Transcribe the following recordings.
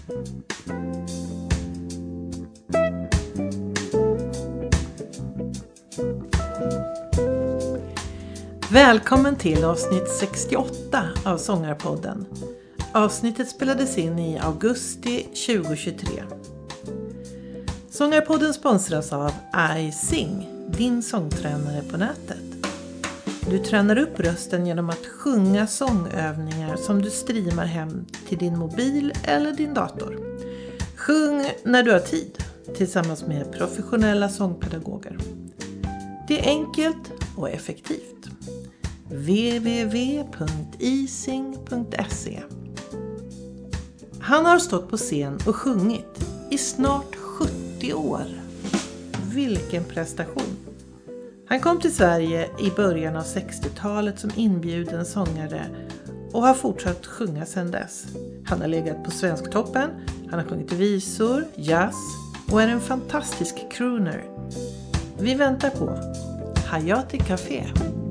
Välkommen till avsnitt 68 av Sångarpodden. Avsnittet spelades in i augusti 2023. Sångarpodden sponsras av iSing, din sångtränare på nätet. Du tränar upp rösten genom att sjunga sångövningar som du streamar hem till din mobil eller din dator. Sjung när du har tid tillsammans med professionella sångpedagoger. Det är enkelt och effektivt. www.ising.se. Han har stått på scen och sjungit i snart 70 år. Vilken prestation! Han kom till Sverige i början av 60-talet som inbjuden sångare och har fortsatt sjunga sedan dess. Han har legat på Svensktoppen, han har sjungit visor, jazz och är en fantastisk crooner. Vi väntar på Hayati Café.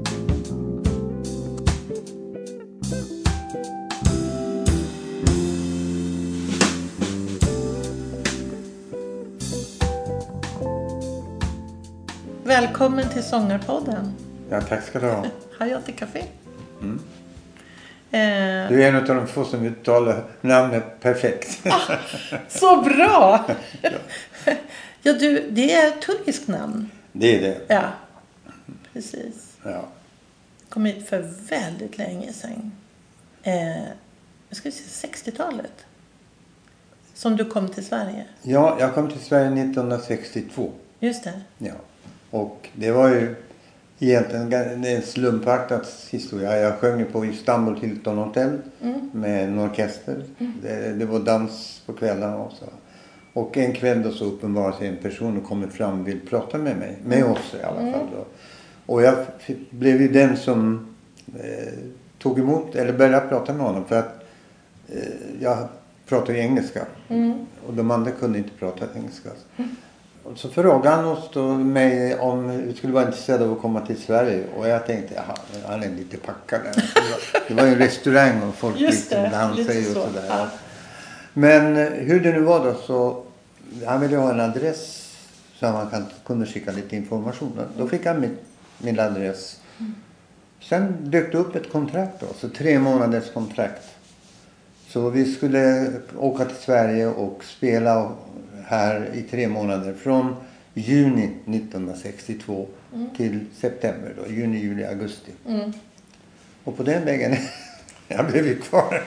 Välkommen till Sångarpodden. Ja, tack ska du ha. Hayati Café. Mm. Du är en av de få som uttalar namnet perfekt. Så bra! Ja, du, det är ett turkiskt namn. Det är det. Ja, precis. Ja. Kom hit för väldigt länge sedan. Jag ska säga 60-talet. Som du kom till Sverige. Ja, jag kom till Sverige 1962. Just det. Ja. Och det var ju egentligen en slumpartad historia. Jag sjöng på Istanbul Hilton Hotel med en orkester. Det var dans på kvällarna också. Och en kväll då så uppenbarade sig en person och kommer fram och vill prata med mig. Med oss i alla fall då. Och jag blev ju den som tog emot eller började prata med honom. För att jag pratar ju engelska. Och de andra kunde inte prata engelska. Och så frågade han oss då mig om vi skulle vara intresserade av att komma till Sverige. Och jag tänkte, jaha, han är lite packad. Det var ju en restaurang och folk dansade och sådär. Ja. Men hur det nu var då så han ville ha en adress så man kunde skicka lite information. Då fick han min adress. Sen dök det upp ett kontrakt då, så 3 månaders kontrakt. Så vi skulle åka till Sverige och spela här i 3 månader. Från juni 1962 till september då. Juni, juli, augusti. Och på den vägen jag blev ju kvar.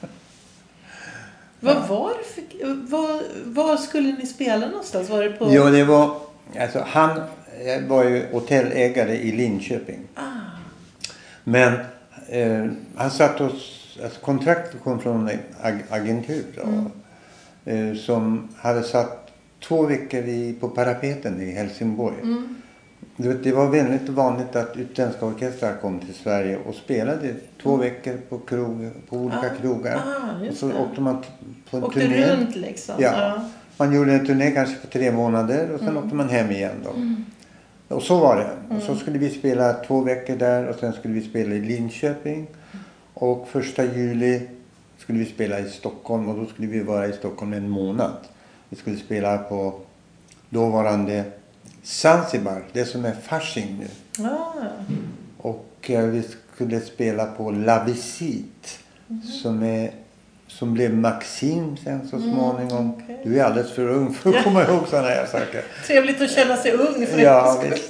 Vad var det för, var skulle ni spela någonstans? Var det på... Jo, det var... Alltså, han var ju hotellägare i Linköping. Men han satt oss... Alltså, kontraktet kom från en agentur då, som hade satt 2 veckor på parapeten i Helsingborg. Det var väldigt vanligt att utländska orkestrar kom till Sverige och spelade 2 veckor på olika krogar. Och så åkte man på en turné. Runt liksom. Ja. Man gjorde en turné kanske på 3 månader och sen åkte man hem igen då. Och så var det. Och så skulle vi spela 2 veckor där och sen skulle vi spela i Linköping. Och 1 juli skulle vi spela i Stockholm och då skulle vi vara i Stockholm 1 månad. Vi skulle spela på dåvarande Zanzibar, det som är Fasching nu. Och vi skulle spela på La Visite som blev Maxim sen så småningom. Okay. Du är alldeles för ung för att komma ihåg sådana här saker. Trevligt att känna sig ung för ja, visst.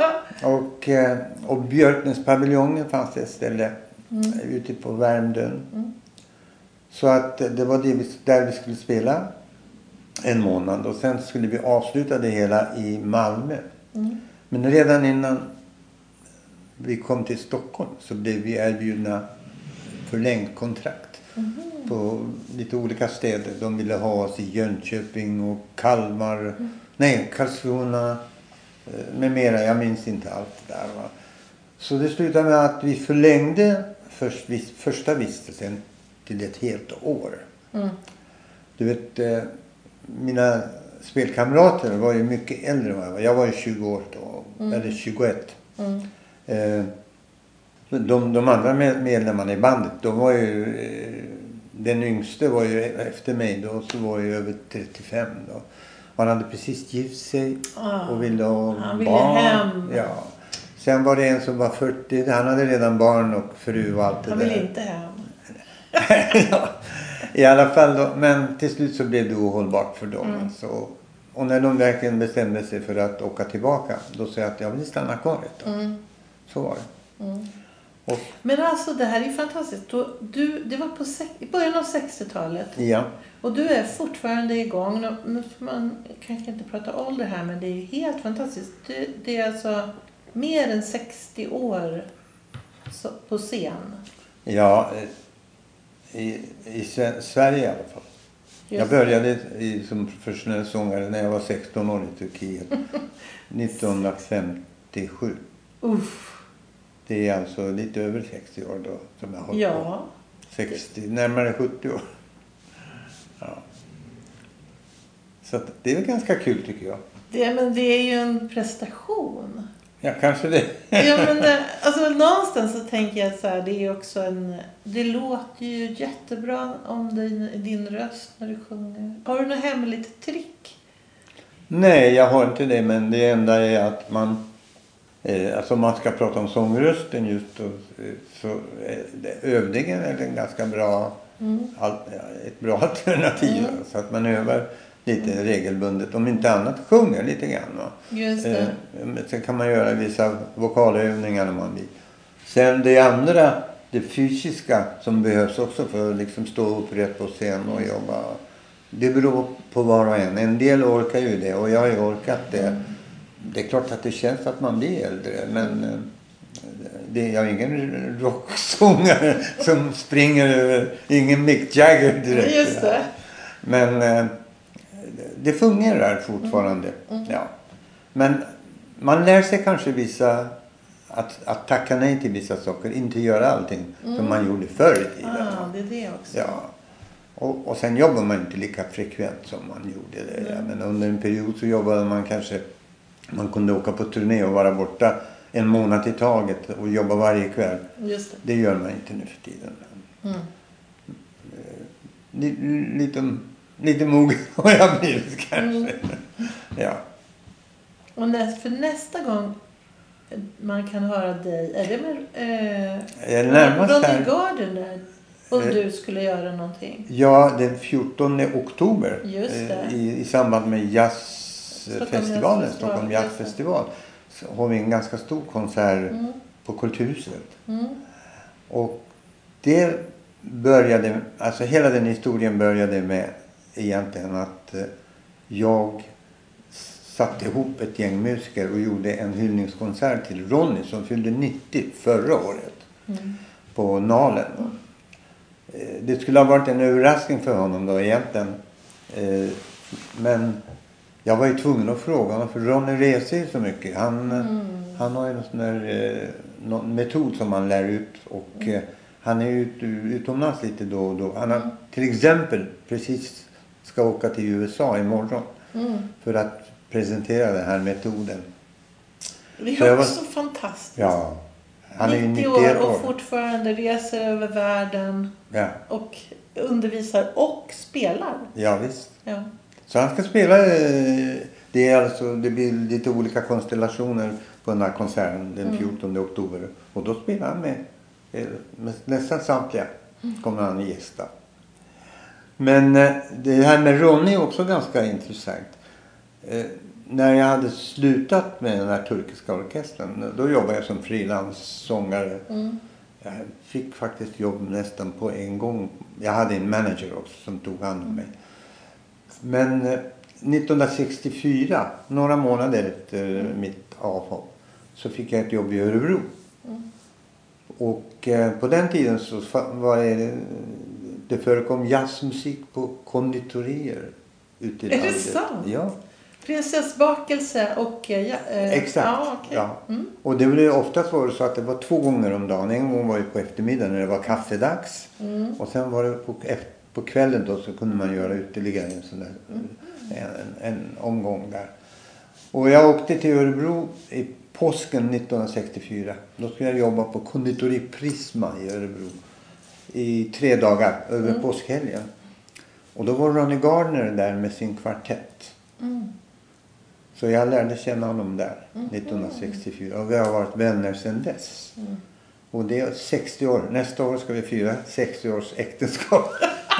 Och Björknäspaviljongen fanns det ett ställe ute på Värmdön. Så att det var där vi skulle spela 1 månad. Och sen skulle vi avsluta det hela i Malmö. Men redan innan vi kom till Stockholm så blev vi erbjudna förlängt kontrakt. På lite olika städer. De ville ha oss i Jönköping och Kalmar. Nej, Karlskrona med mera. Jag minns inte allt det där. Va? Så det slutade med att vi förlängde första vistelsen till ett helt år. Du vet, mina spelkamrater var ju mycket äldre än jag. Jag var ju 20 år då, eller 21. De andra medlemmarna i bandet, de var ju den yngste var ju efter mig då, så var jag över 35 då. Han hade precis gift sig och ville ha han ville barn. hem. Ja. Sen var det en som var 40, han hade redan barn och fru och allt det han där. Han ville inte hem. Ja, i alla fall då, men till slut så blev det ohållbart för dem. Alltså. Och när de verkligen bestämde sig för att åka tillbaka, då sa jag att jag vill stanna kvar ett tag. Så var det. Och, men alltså det här är ju fantastiskt. Det var i början av 60-talet. ja. Och du är fortfarande igång. Nu får man kanske inte prata ålder här, men det är ju helt fantastiskt. Det är alltså mer än 60 år på scen. Ja, i Sverige i alla fall. Jag började som professionell sångare när jag var 16 år i Turkiet. 1957. Uff. Det är alltså lite över 60 år då som jag har hållit på. 60, närmare 70 år. Ja. Så att det är ganska kul tycker jag. Men det är ju en prestation. Ja, kanske det. Ja, men alltså någonstans så tänker jag så här, det är också det låter ju jättebra om din röst när du sjunger. Har du något hemligt trick? Nej, jag har inte det, men det enda är att alltså man ska prata om sångrösten just och, så övningen är en ganska bra ett bra alternativ så att man övar lite regelbundet, om inte annat sjunger lite grann. Just det. Sen kan man göra vissa vokalövningar om man vill. Sen det fysiska som behövs också för att liksom stå upprätt på scen och jobba. Det beror på var och en. En del orkar ju det och jag har ju orkat det. Det är klart att det känns att man blir äldre, men jag är ingen rocksångare som springer över, ingen Mick Jagger direkt. Just det. Men det fungerar fortfarande. Ja. Men man lär sig kanske att tacka nej till vissa saker, inte göra allting som man gjorde förr i tiden. Det är det också. Ja. Och sen jobbar man inte lika frekvent som man gjorde det. Ja, men under en period så jobbade man kunde åka på turné och vara borta en månad i taget och jobba varje kväll. Just det. Det gör man inte nu för tiden. Lite mogen har jag blivit kanske. Ja. Och för nästa gång man kan höra dig, är det med Ronny Gardner om du skulle göra någonting? Ja, den 14 oktober. Just det. I samband med jazzfestivalen, Stockholm Jazzfestival, så har vi en ganska stor konsert på Kulturhuset. Och det började, alltså hela den historien började med egentligen att jag satte ihop ett gäng musiker och gjorde en hyllningskonsert till Ronny som fyllde 90 förra året på Nalen. Det skulle ha varit en överraskning för honom då egentligen. Men jag var ju tvungen att fråga honom, för Ronny reser ju så mycket. Han har ju någon metod som han lär ut och han är ju utomlands lite då och då. Han har till exempel precis ska åka till USA imorgon för att presentera den här metoden. Det är också fantastiskt. Ja. Han är 90 år och fortfarande reser över världen och undervisar och spelar. Ja, visst. Ja. Så han ska spela, det blir lite olika konstellationer på den här konserten den 14 oktober. Och då spelar han med nästan samtliga kommer han gästa. Men det här med Ronny är också ganska intressant. När jag hade slutat med den här turkiska orkestern, då jobbade jag som frilanssångare. Jag fick faktiskt jobb nästan på en gång. Jag hade en manager också som tog hand om mig. Men 1964, några månader efter mitt avhopp, så fick jag ett jobb i Örebro. Och på den tiden så var det förekom jazzmusik på konditorier ute i landet. Är det sant? Ja. Prinsessbakelse och... Exakt. Ja. Och det var oftast var det så att det var 2 gånger om dagen. En gång var det på eftermiddagen när det var kaffedags. Och sen var det på kvällen då så kunde man göra ytterligare en sån där en omgång där. Och jag åkte till Örebro i påsken 1964. Då skulle jag jobba på konditori Prisma i Örebro. i 3 dagar över påskhelgen. Och då var Ronnie Gardner där med sin kvartett. Så jag lärde känna honom där 1964. Och vi har varit vänner sedan dess. Och det är 60 år. Nästa år ska vi fira 60 års äktenskap.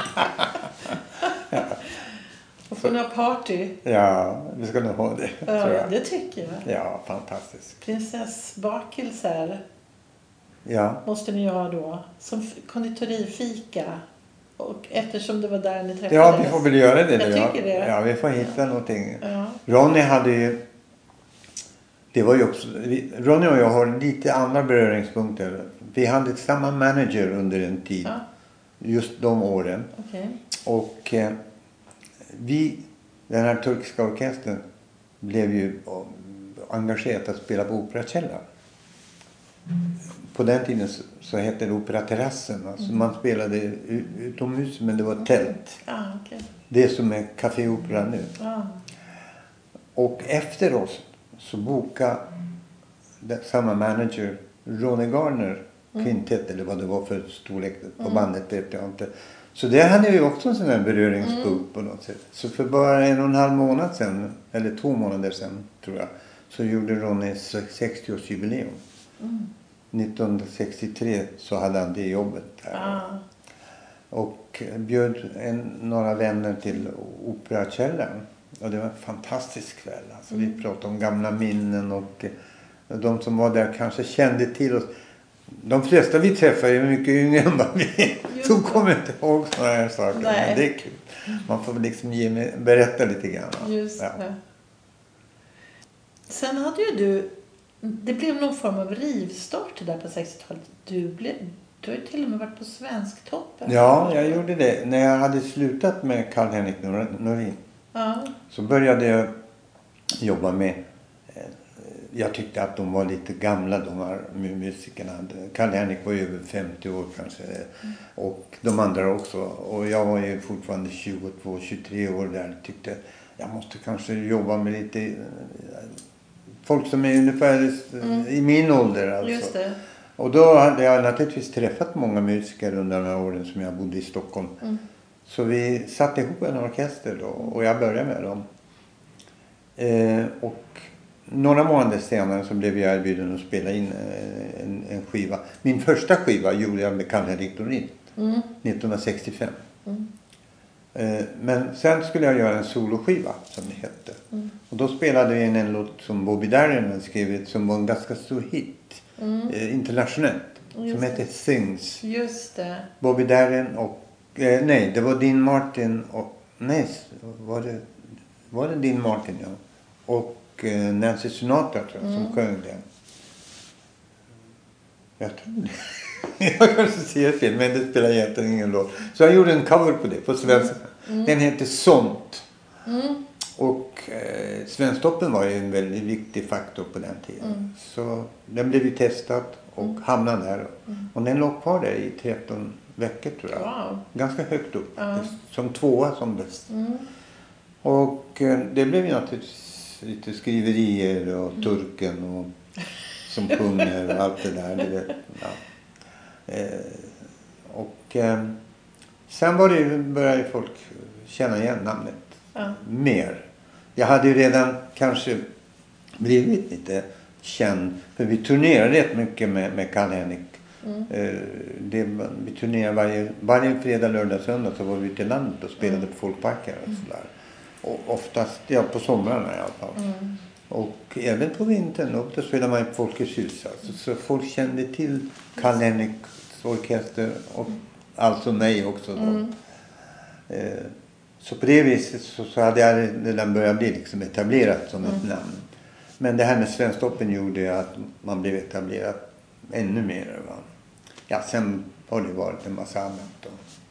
Och få några party. Ja, vi ska nog ha det. Ja, det tycker jag. Ja, fantastiskt. Prinsessbakelser. Ja. Måste ni ha då. Som konditorifika. Och eftersom det var där ni träffades. Ja, vi får väl göra det. Jag tycker det. Ja, vi får hitta någonting. Ja. Ronnie hade ju... Det var ju också... Ronnie och jag har lite andra beröringspunkter. Vi hade samma manager under en tid. Ja. Just de åren. Okay. Och den här turkiska orkestern blev ju engagerat att spela på Operakällaren. På den tiden så hette det Operaterrassen. Alltså man spelade utomhus, men det var tält. Okay. Det som är Café Opera nu. Och efter oss så bokade samma manager Ronnie Gardner kvintett, eller vad det var för storlek på bandet, vet jag inte. Så det hade ju också en sån här beröringspunkt på något sätt. Så för bara 1,5 månad sedan, eller 2 månader sedan tror jag, så gjorde Ronnie 60-årsjubileum. 1963 så hade han det jobbet där. Och bjöd några vänner till Operakällaren. Och det var en fantastisk kväll. Alltså, vi pratade om gamla minnen och de som var där kanske kände till oss. De flesta vi träffade är mycket yngre än vad vi så kommer inte ihåg sådana här saker. Nej. Men det är kul. Man får liksom berätta lite grann. Just det. Sen hade ju du... Det blev någon form av rivstart där på 60-talet. Du har ju till och med varit på Svensktoppen. Ja, jag gjorde det. När jag hade slutat med Karl-Henrik Norlin så började jag jobba med... Jag tyckte att de var lite gamla, de här musikerna. Karl-Henrik var över 50 år kanske. Och de andra också. Och jag var ju fortfarande 22-23 år där. Tyckte jag måste kanske jobba med lite... Folk som är ungefär i min ålder alltså. Just det. Och då hade jag naturligtvis träffat många musiker under de här åren som jag bodde i Stockholm. Så vi satte ihop en orkester då och jag började med dem. Och några månader senare så blev jag erbjuden att spela in en skiva. Min första skiva gjorde jag med Karl-Henrik Norlin 1965. Men sen skulle jag göra en soloskiva som det hette. Och då spelade vi en låt som Bobby Darin hade skrivit som var en ganska stor hit. Internationellt. Som hette Things. Just det. Bobby Darin och... nej, det var Dean Martin och... Nej, var det Dean Martin, ja. Och Nancy Sinatra tror jag, som sjöng den. Jag tror det. Jag kanske ser fel, men det spelar egentligen ingen roll. Så jag gjorde en cover på det, på svenska. Den heter Sånt. Och Svensktoppen var ju en väldigt viktig faktor på den tiden. Så den blev ju testad och hamnade där. Och den låg kvar där i 13 veckor tror jag. Wow. Ganska högt upp. Som 2 som bäst. Och det blev ju naturligtvis lite skriverier och turken och som sjunger och allt det där. Du vet, ja. Och sen började folk känna igen namnet mer. Jag hade ju redan kanske blivit lite känd. För vi turnerade rätt mycket med Karl-Henrik. Vi turnerade varje fredag, lördag, söndag så var vi ute i landet och spelade på folkparker och sådär. Och oftast, på somrarna i alla fall. Och även på vintern, och då spelade man i Folkets hus. Alltså, så folk kände till Karl-Henriks orkester och alltså mig också då. Så på det viset så hade jag redan börjat bli liksom etablerat som ett namn. Men det här med Svensktoppen gjorde att man blev etablerad ännu mer. Va? Ja, sen har det varit en massa annat.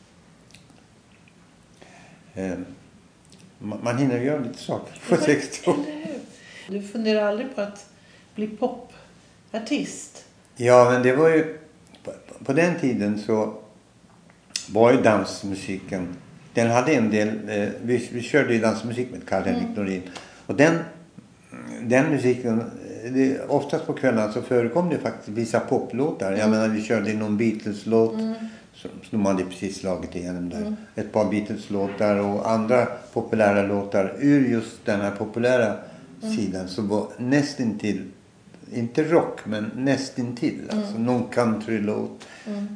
Man hinner göra lite saker på 60 år. Du funderar aldrig på att bli popartist? Ja, men det var ju... På den tiden så var ju dansmusiken... Den hade en del... Vi körde ju dansmusik med Karl-Henrik Norlin. Och den musiken... Oftast på kvällarna så förekom det faktiskt vissa poplåtar. Jag menar, vi körde någon Beatles-låt de hade precis slagit igenom där. Ett par Beatles-låtar och andra populära låtar ur just den här populära sidan. Så var nästintill, inte rock men nästintill. Alltså någon country-låt.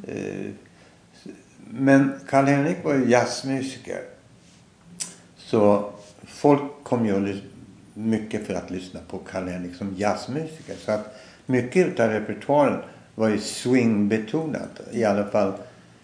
Men Karl-Henrik var ju jazzmusiker. Så folk kom ju mycket för att lyssna på Karl-Henrik som jazzmusiker. Så att mycket av repertoaren var ju swing-betonat. I alla fall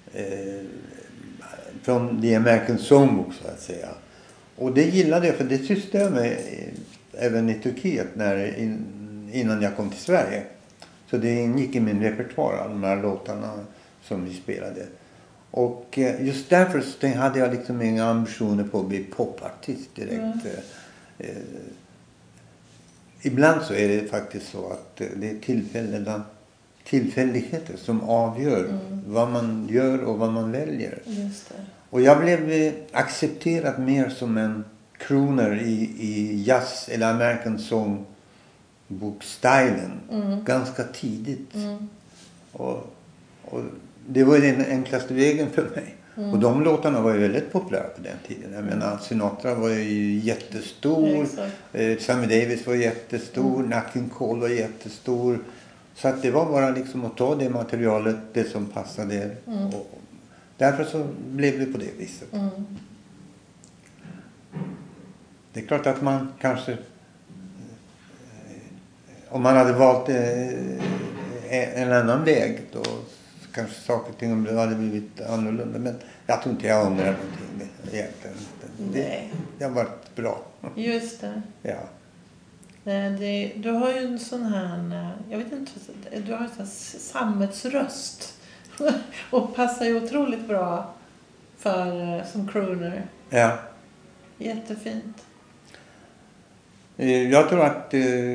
från The American Songbook så att säga. Och det gillade jag för det tyckte jag mig även i Turkiet innan jag kom till Sverige. Så det ingick i min repertoar, de här låtarna som vi spelade. Och just därför så hade jag liksom inga ambitioner på att bli popartist direkt. Ibland så är det faktiskt så att det är tillfälligheter som avgör vad man gör och vad man väljer. Just det. Och jag blev accepterad mer som en crooner i jazz eller American Songbook-stylen ganska tidigt. Och det var den enklaste vägen för mig. Och de låtarna var ju väldigt populära på den tiden. Jag menar, Sinatra var ju jättestor. Sammy Davis var jättestor. Nat King Cole var jättestor. Så att det var bara liksom att ta det materialet, det som passade. Och därför så blev det på det viset. Det är klart att man kanske, om man hade valt en annan väg då kanske saker och ting hade blivit annorlunda. Men jag tror inte jag ångrar någonting egentligen. Det har varit bra. Just det. Ja. Du har ju en sån här, jag vet inte, du har en sån här sammetsröst. Och passar ju otroligt bra som crooner. Ja. Jättefint. Jag tror att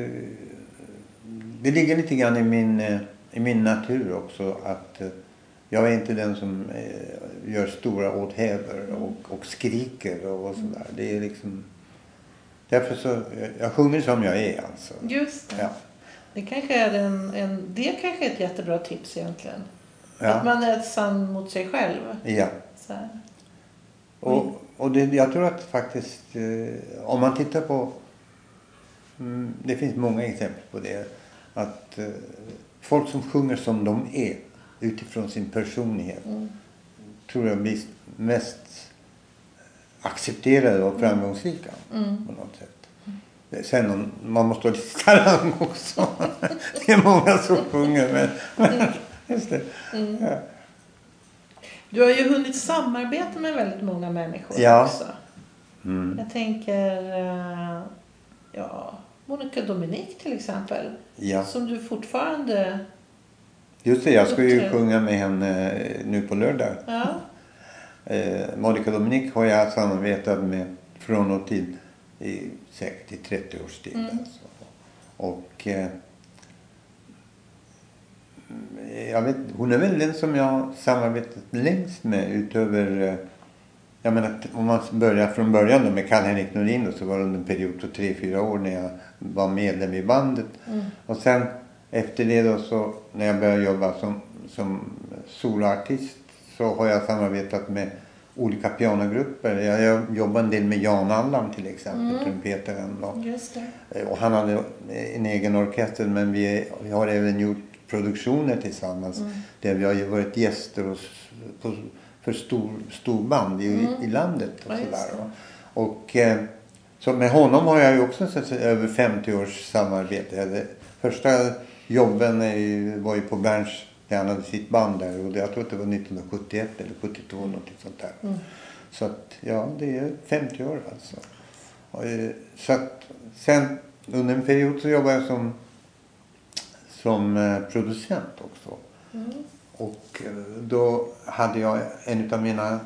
det ligger lite grann i min natur också att jag är inte den som gör stora åthävor och skriker och sådär. Det är liksom därför så jag sjunger som jag är alltså. Just det. Ja. Det kanske är det kanske är ett jättebra tips egentligen. Ja. Att man är sann mot sig själv. Ja. Så här. Och det, jag tror att faktiskt om man tittar på det finns många exempel på det att folk som sjunger som de är utifrån sin personlighet tror jag blir mest accepterade och framgångsrika på något sätt. Sen man måste ha lite talang också. Det är många som sjunger men just det. Ja. Du har ju hunnit samarbeta med väldigt många människor också. Jag tänker Monica Dominic till exempel. Ja. Som du fortfarande... Just det, jag ska ju sjunga med henne nu på lördag. Ja. Monica Dominic har jag samarbetat med från och till säkert i 30 års tid. Alltså. Och jag vet, hon är väl den som jag har samarbetat längst med utöver... Jag menar, om man börjar från början då med Karl-Henrik Norin så var det under en period på 3-4 år när jag var medlem i bandet. Och sen efter det då så när jag började jobba som soloartist så har jag samarbetat med olika pianogrupper. Jag jobbar en del med Jan Allam till exempel, trumpetaren. Just det. Och han hade en egen orkester men vi har även gjort produktioner tillsammans där vi har ju varit gäster för storband i landet och sådär. Och så med honom har jag ju också över 50 års samarbete. Första jobben var ju på Berns, där han hade sitt band där och jag tror att det var 1971 eller 72 något sånt där. Så att ja, det är 50 år alltså. Så att sen under en period så jobbade jag som producent också. Och då hade jag en av mina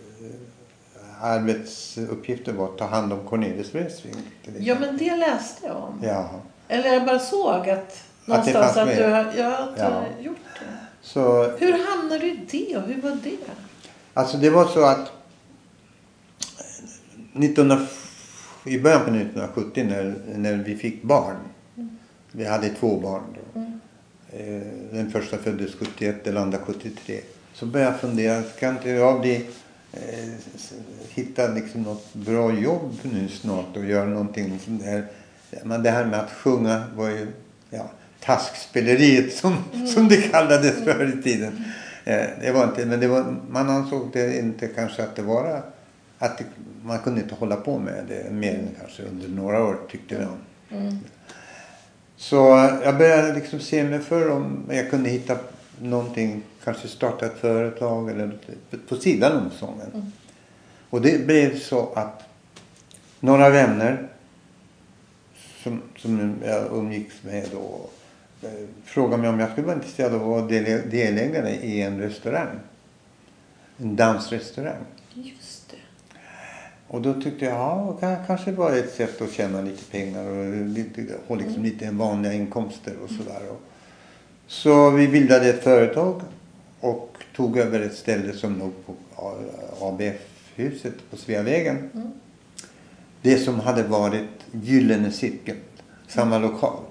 arbetsuppgifter var att ta hand om Cornelis Vreeswijk. Ja, men det läste jag om. Ja. Eller jag bara såg att någonstans att du har gjort det. Så, hur hamnade du i det och hur var det? Alltså det var så att i början på 1970 när vi fick barn. Vi hade 2 barn då. Den första föddes 71, den andra 73. Så började jag fundera, ska inte jag hitta liksom något bra jobb nu snart och göra någonting sånt där. Men det här med att sjunga var ju taskspeleriet som det kallades förr i tiden. Det var inte, men man ansåg det inte kanske att det var att man kunde inte hålla på med det mer än kanske under några år, tyckte jag. Så jag började liksom se mig för om jag kunde hitta någonting, kanske starta ett företag eller på sidan om sången. Och det blev så att några vänner som jag umgicks med då frågade mig om jag skulle vara intresserad av att vara delägare i en restaurang. En dansrestaurang. Just det. Och då tyckte jag, kanske var ett sätt att tjäna lite pengar och liksom lite vanliga inkomster och sådär. Så vi bildade ett företag och tog över ett ställe som låg på ABF-huset på Sveavägen. Det som hade varit Gyllene Cirkeln, samma lokal.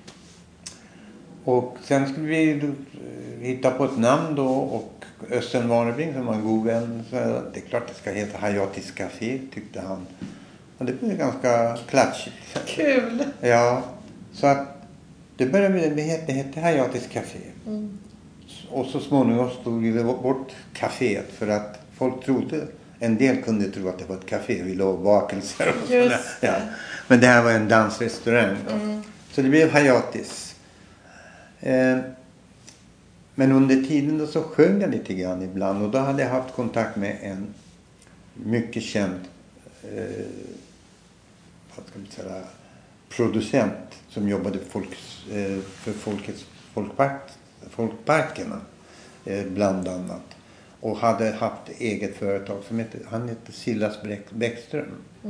Och sen skulle vi hitta på ett namn då, och Östen Warnerbring som var en god vän, så det är klart det ska heta Hayatis Café, tyckte han. Och det blev ganska klatschigt. Kul! Ja, så att det hette Hayatis Café. Och så småningom stod vi bort kaféet för att folk trodde, en del kunde tro att det var ett café, vi låg bakelser och sådär. Ja. Men det här var en dansrestaurang. Så det blev Hayatis. Men under tiden då så sjöng jag lite grann ibland. Och då hade jag haft kontakt med en mycket känd producent som jobbade för folkparkerna bland annat. Och hade haft eget företag som han hette Silas Bäckström.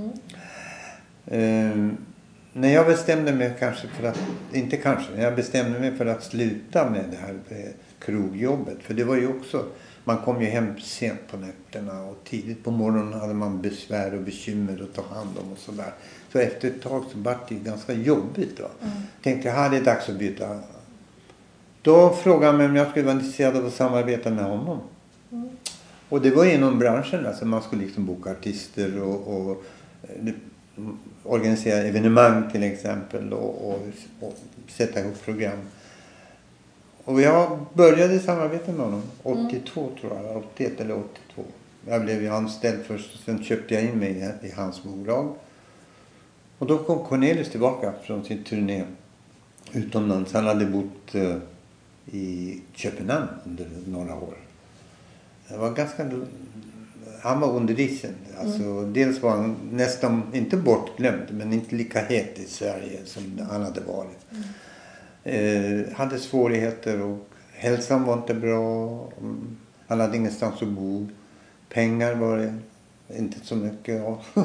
När jag bestämde mig jag bestämde mig för att sluta med det här krogjobbet. För det var ju också, man kom ju hem sent på nätterna och tidigt på morgonen hade man besvär och bekymmer att ta hand om och sådär. Så efter ett tag så var det ganska jobbigt då. Tänkte jag, det är dags att byta. Då frågade han mig om jag skulle vara intresserad av att samarbeta med honom. Och det var inom branschen, alltså man skulle liksom boka artister och organisera evenemang till exempel och sätta ihop program. Och jag började samarbeta med honom 82 tror jag, 81 eller 82. Jag blev ju anställd först och sen köpte jag in mig i hans bolag. Och då kom Cornelis tillbaka från sin turné utomlands. Han hade bott i Köpenhamn under några år. Det var han var under isen. Alltså, dels var han nästan inte bortglömd, men inte lika het i Sverige som han hade varit. Hade svårigheter och hälsan var inte bra. Han hade ingenstans att bo. Pengar var det inte så mycket.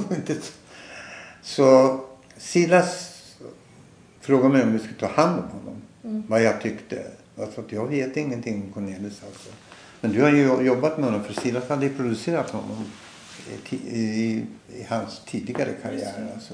Så Silas frågade mig om vi skulle ta hand om honom. Vad jag tyckte. Alltså, jag vet ingenting om Cornelis alltså. Men du har ju jobbat med honom, för Silas hade ju producerat honom i hans tidigare karriär. Alltså.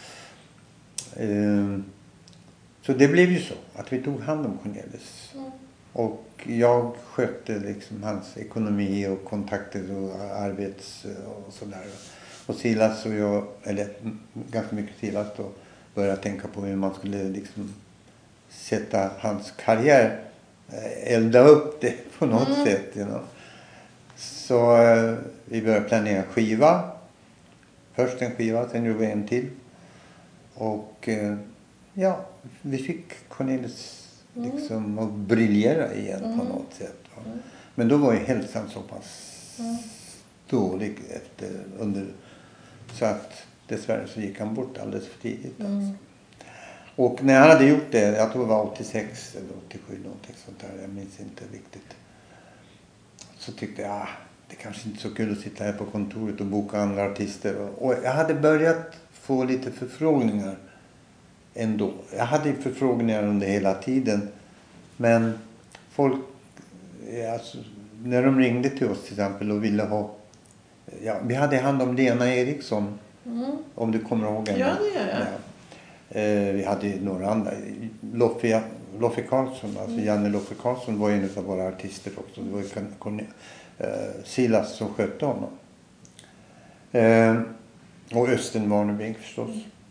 Så det blev ju så att vi tog hand om Cornelis. Och jag skötte liksom hans ekonomi och kontakter och arbets och sådär. Och Silas och jag, eller ganska mycket Silas då, började tänka på hur man skulle liksom sätta hans karriär, elda upp det på något sätt. You know. Så vi började planera skiva. Först en skiva, sen gjorde vi en till. Och vi fick Cornelis liksom att briljera igen på något sätt. Va? Men då var ju hälsan så pass dålig så att dessvärre så gick han bort alldeles för tidigt. Alltså. Och när han hade gjort det, jag tror det var 86 eller 87 någonting sånt där, jag minns inte riktigt. Så tyckte jag, det kanske inte är så kul att sitta här på kontoret och boka andra artister. Och jag hade börjat få lite förfrågningar ändå. Jag hade förfrågningar under hela tiden. Men folk, alltså, när de ringde till oss till exempel och ville ha, vi hade hand om Lena Eriksson. Om du kommer ihåg henne. Ja, det gör jag. Ja. Vi hade några andra. Loffe Loffe Karlsson, alltså Janne Loffe Karlsson var en av våra artister också. Det var ju Silas som skötte honom. Och Östen Warnerbring förstås.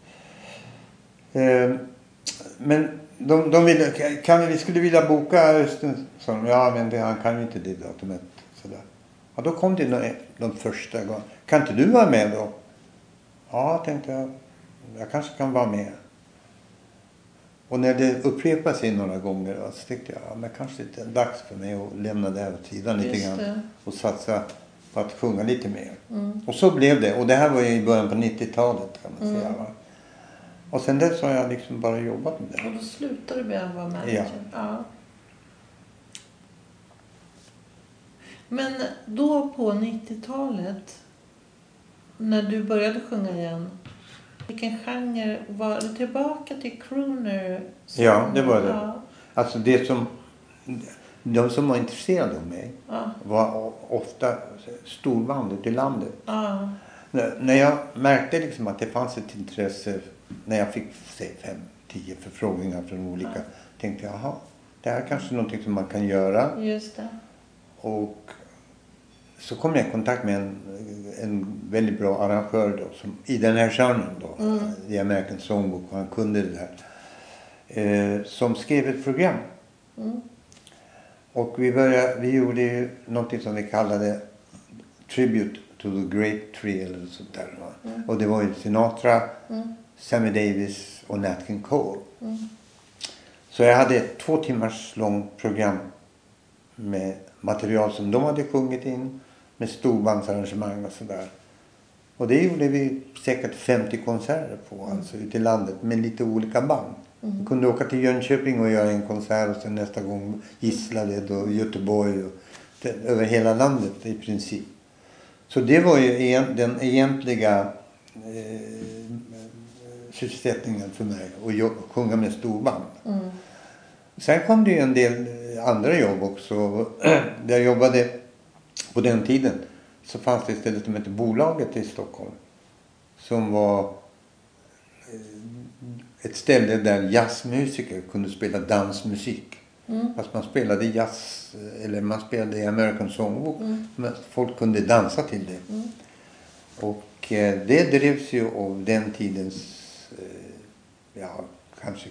Men de ville, vi skulle vilja boka Östen. Så ja, men han kan ju inte det datumet. Sådär. Ja, då kom det de första gången. Kan inte du vara med då? Ja, tänkte jag. Jag kanske kan vara med. Och när det upprepade sig några gånger så tänkte jag, ja, men kanske det är dags för mig att lämna det här åt sidan lite grann. Och satsa på att sjunga lite mer. Och så blev det. Och det här var ju i början på 90-talet kan man säga. Va? Och sen dess har jag liksom bara jobbat med det. Och då slutade du med att vara manager? Ja. Men då på 90-talet, när du började sjunga igen, vilken genre var det? Tillbaka till crooner? Ja, det var det. Ja. Alltså de som var intresserade av mig var ofta storband ute i landet. Ja. När jag märkte liksom att det fanns ett intresse, när jag fick 5-10 förfrågningar från olika, tänkte jag, jaha, det här är kanske någonting som man kan göra. Just det. Och så kom jag i kontakt med en väldigt bra arrangör då, som, i den här genren då, The American Songbook, och han kunde det där. Som skrev ett program. Och vi gjorde ju någonting som vi kallade Tribute to the Great Tree eller sånt där. Och det var ju Sinatra, Sammy Davis och Nat King Cole. Så jag hade ett 2 timmars långt program med material som de hade sjungit in, med storbandsarrangemang och sådär. Och det gjorde vi säkert 50 konserter på, alltså ute i landet med lite olika band. Vi kunde åka till Jönköping och göra en konsert och sen nästa gång Gislaved och Göteborg och över hela landet i princip. Så det var ju den egentliga sysselsättningen för mig, att sjunga med storband. Sen kom det ju en del andra jobb också. Där jag jobbade på den tiden så fanns det istället som hette Bolaget i Stockholm. Som var ett ställe där jazzmusiker kunde spela dansmusik. Fast man spelade jazz, eller man spelade American Songbook. Men folk kunde dansa till det. Och det drevs ju av den tidens, kanske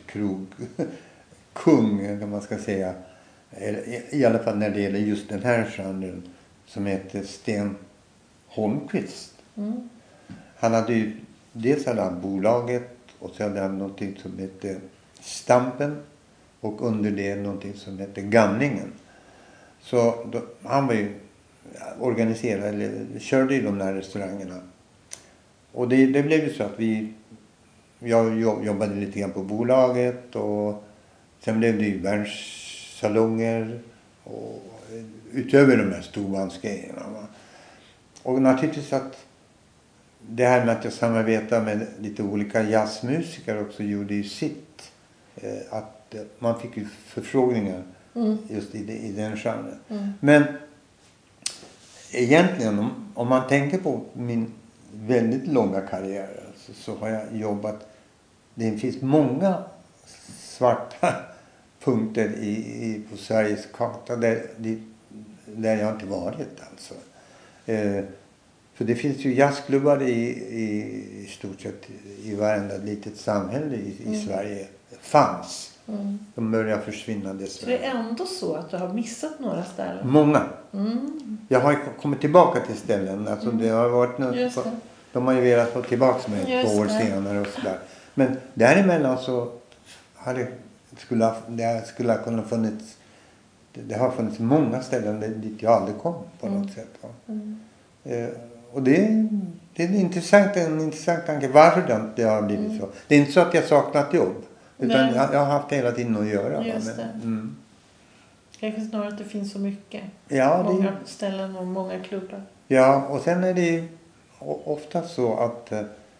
kung kan man ska säga. I alla fall när det gäller just den här genren, som heter Sten Holmqvist. Han hade ju dels Bolaget, och så hade han någonting som hette Stampen, och under det någonting som hette Gamlingen. Så han var ju organiserad, eller körde i de där restaurangerna. Och det blev ju så att jag jobbade lite grann på Bolaget, och sen blev det ju världssalonger och utöver de här storbandsgrejerna. Och naturligtvis att det här med att jag samarbetade med lite olika jazzmusiker också gjorde ju sitt. Att man fick ju förfrågningar just i den genren. Men egentligen om man tänker på min väldigt långa karriär så har jag jobbat. Det finns många svarta punkter på Sveriges karta där jag inte varit alltså. För det finns ju jazzklubbar i stort sett i varenda litet samhälle i Sverige. Fanns. De börjar försvinna dessvärre. Så det är ändå så att du har missat några ställen? Många. Jag har kommit tillbaka till ställen. Alltså det har varit de har ju velat få tillbaka mig 2 år senare och sådär. Men däremellan så skulle ha kunnat funnits. Det har funnits många ställen dit jag aldrig kom på något sätt. Och det är en intressant tanke varför det har blivit så. Det är inte så att jag saknat jobb. Utan jag har haft hela tiden att göra. Just det. Kanske snarare att det finns så mycket. Ja, många ställen och många klubbar. Ja, och sen är det ofta så att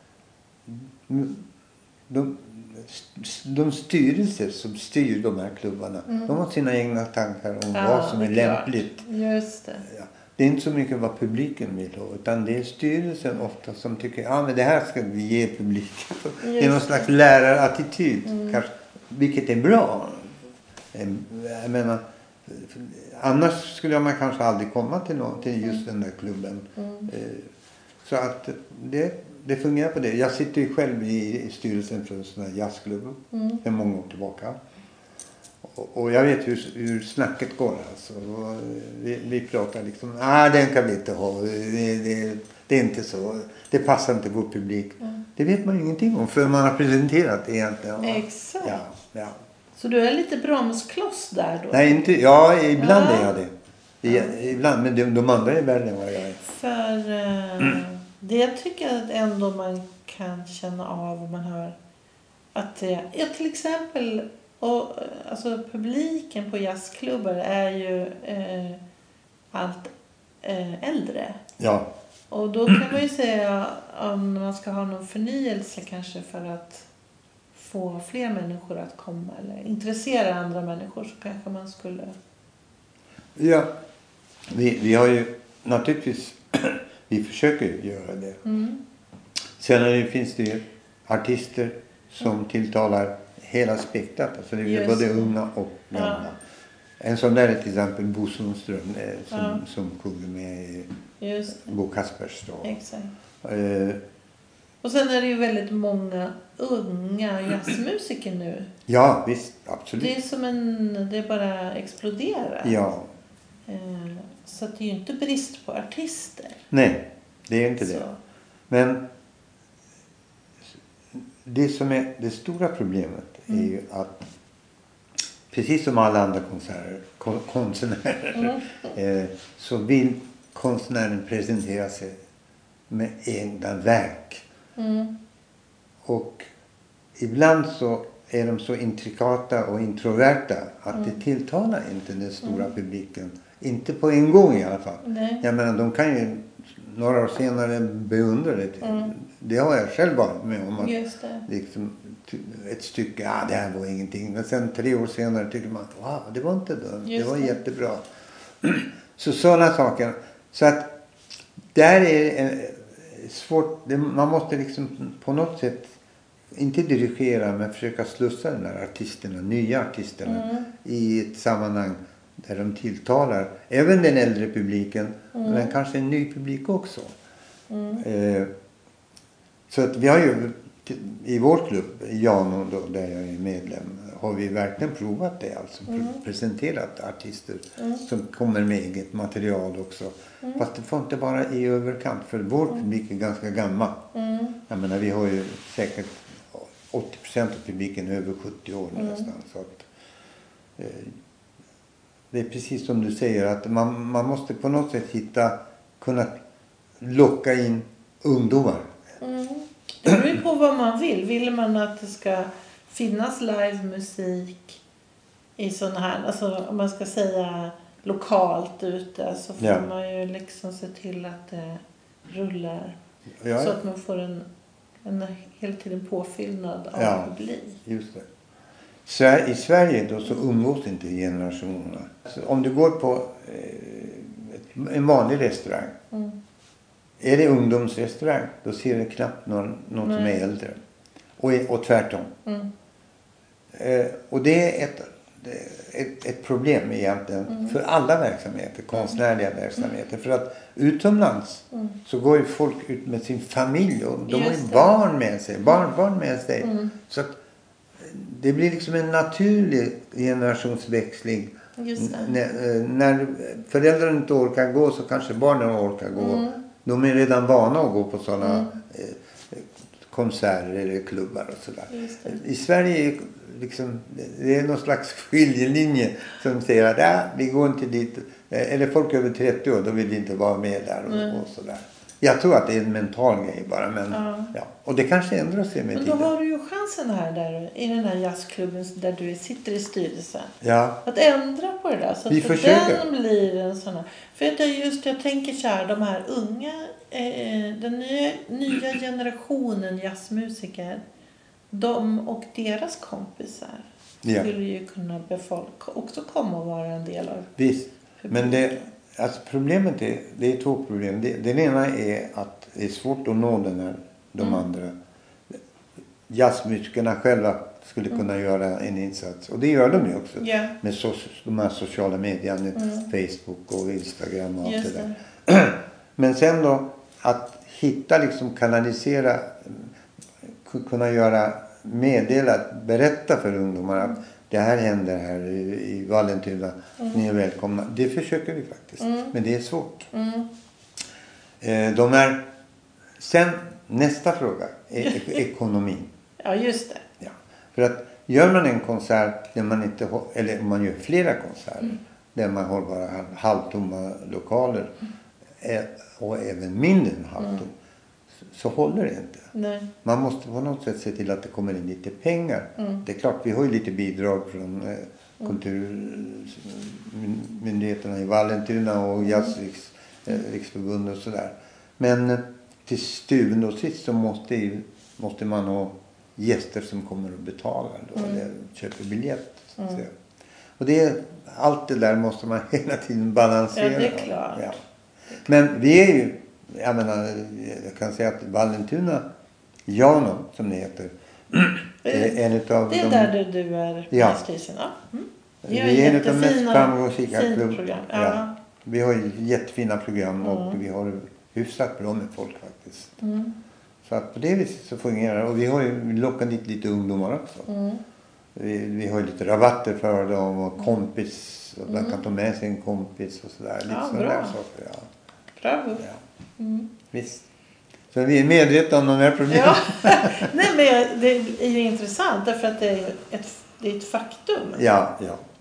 de styrelser som styr de här klubbarna, de har sina egna tankar om vad som är lämpligt. Just det. Ja. Det är inte så mycket vad publiken vill ha, utan det är styrelsen ofta som tycker men det här ska vi ge publiken. Det är någon slags lärarattityd, kanske, vilket är bra. Jag menar, annars skulle man kanske aldrig komma till just den där klubben. Så att det fungerar på det. Jag sitter ju själv i styrelsen för en sån här jazzklubb sedan många år tillbaka. Och jag vet hur snacket går alltså. Vi pratar liksom, den kan vi inte ha. Det är inte så. Det passar inte vår publik. Det vet man ju ingenting om för man har presenterat egentligen. Exakt. Ja. Så du är lite bromskloss där då? Nej, inte. Ja, ibland är jag det. Ibland, men de andra är värre än vad jag är. För det tycker jag att ändå man kan känna av om man hör att till exempel alltså publiken på jazzklubbar är ju allt äldre. Ja. Och då kan man ju säga om man ska ha någon förnyelse kanske för att få fler människor att komma eller intressera andra människor så kanske man skulle... Ja, vi har ju naturligtvis, vi försöker ju göra det. Sen finns det ju artister som tilltalar hela spektrat. Alltså det är både unga och gamla. En sån där är till exempel Bo Sundström som sjunger med i Bo Kaspers då. Exakt. Och sen är det ju väldigt många unga jazzmusiker nu. Ja, visst, absolut. Det är som det bara exploderar. Ja. Så det är ju inte brist på artister. Nej, det är inte det. Men det som är det stora problemet är ju att precis som alla andra konstnärer så vill konstnären presentera sig med egna verk. Och ibland så är de så intrikata och introverta att det tilltalar inte den stora publiken. Inte på en gång i alla fall. Nej. Jag menar, de kan ju några år senare beundra det. Det har jag själv varit med om. Att liksom, ett stycke, det här var ingenting. Men sen 3 år senare tycker man, wow, det var inte dumt. Det var jättebra. Så sådana saker. Så att där är svårt. Man måste liksom på något sätt inte dirigera men försöka slussa den där nya artisterna i ett sammanhang där de tilltalar även den äldre publiken men kanske en ny publik också. Så att vi har ju i vår klubb, Jano då, där jag är medlem, har vi verkligen provat det. Alltså presenterat artister som kommer med eget material också. Fast det får inte vara i överkant för vår publik är ganska gammal. Jag menar, vi har ju säkert 80% av publiken över 70 år nästan. Så att, det är precis som du säger att man måste på något sätt kunna locka in ungdomar. Det beror ju på vad man vill. Vill man att det ska finnas livemusik i sådana här, alltså om man ska säga lokalt ute, så får man ju liksom se till att det rullar. Så att man får en hela tiden påfyllnad av publik. Just det. Så i Sverige då så umgås inte generationerna. Så om du går på en vanlig restaurang. Är det ungdomsrestaurang då ser du knappt någon som är äldre. Och tvärtom. Och det är ett problem egentligen för alla verksamheter, konstnärliga verksamheter. För att utomlands så går ju folk ut med sin familj och de har ju barn med sig, barnbarn med sig. Så att det blir liksom en naturlig generationsväxling. När föräldrarna inte orkar gå så kanske barnen orkar gå. De är redan vana att gå på sådana konserter eller klubbar och sådär. I Sverige liksom, det är någon slags skiljelinje som säger att vi går inte dit. Eller folk över 30 år, då vill inte vara med där och sådär. Jag tror att det är en mental grej bara. Men, och det kanske ändrar sig med tiden. Men då har du ju chansen här där, i den här jazzklubben där du sitter i styrelsen. Ja. Att ändra på det där. Så att den blir en sån här. För jag tänker så här, de här unga, den nya generationen jazzmusiker. De och deras kompisar skulle ju kunna också komma och vara en del av. Visst, men problemet är, det är 2 problem. Den ena är att det är svårt att nå de andra jazzmusikerna själva skulle kunna göra en insats. Och det gör de ju också. Yeah. Med de här sociala medierna, Facebook och Instagram och allt Just det där. Men sen då att hitta liksom kanalisera, kunna berätta för ungdomar att det här händer här i Vallentuna. Ni är välkomna. Det försöker vi faktiskt. Men det är svårt. Sen nästa fråga är ekonomin. Ja, just det. Ja. För att gör man en konsert där man inte eller om man gör flera konserter där man har bara halvtomma lokaler och även mindre än halvtom, så håller det inte. Nej. Man måste på något sätt se till att det kommer in lite pengar. Det är klart, vi har ju lite bidrag från kulturmyndigheterna i Vallentuna och Jazzriksförbundet och sådär. Men till stuven och sist så måste man ha gäster som kommer och betalar då, eller köper biljett. Och allt det där måste man hela tiden balansera. Ja, det är klart. Ja. Men vi är ju, jag kan säga att Vallentuna Janon, som det heter, är en utav det är där du är mästrisen. Ja. Vi är en av de mest framgångsrika program. Ja. Vi har ju jättefina program och vi har hyfsat bra med folk faktiskt. Så att på det viset så fungerar det. Och vi har ju lockat dit lite ungdomar också. Vi har ju lite rabatter för dem och kompis. Och man kan ta med sig en kompis och sådär. Lite sådana där saker. Ja. Bravo. Ja. Visst. Så vi är medvetna om de här problemen. Ja. Nej, men det är ju intressant därför att det är ett faktum. Ja.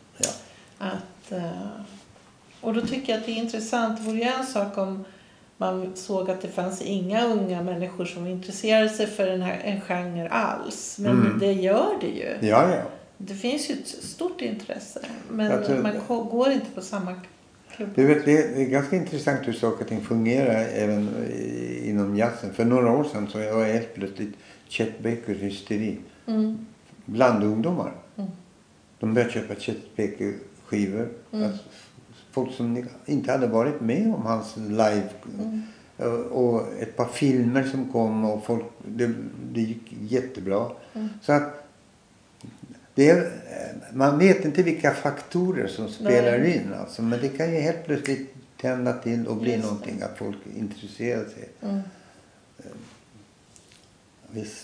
Och då tycker jag att det är intressant. Det vore ju en sak om man såg att det fanns inga unga människor som intresserade sig för en genre alls. Men det gör det ju. Ja. Det finns ju ett stort intresse. Men man går inte på samma klubb. Du vet, det är ganska intressant hur saker och ting fungerar även inom jazzen. För några år sedan så var jag helt plötsligt Chet Baker hysteri. Bland ungdomar. De började köpa Chet Baker skivor. Alltså, folk som inte hade varit med om hans live. Och ett par filmer som kom och folk, det gick jättebra. Så att man vet inte vilka faktorer som spelar in. Alltså, men det kan ju helt plötsligt tända till och bli någonting att folk intresserar sig. Visst.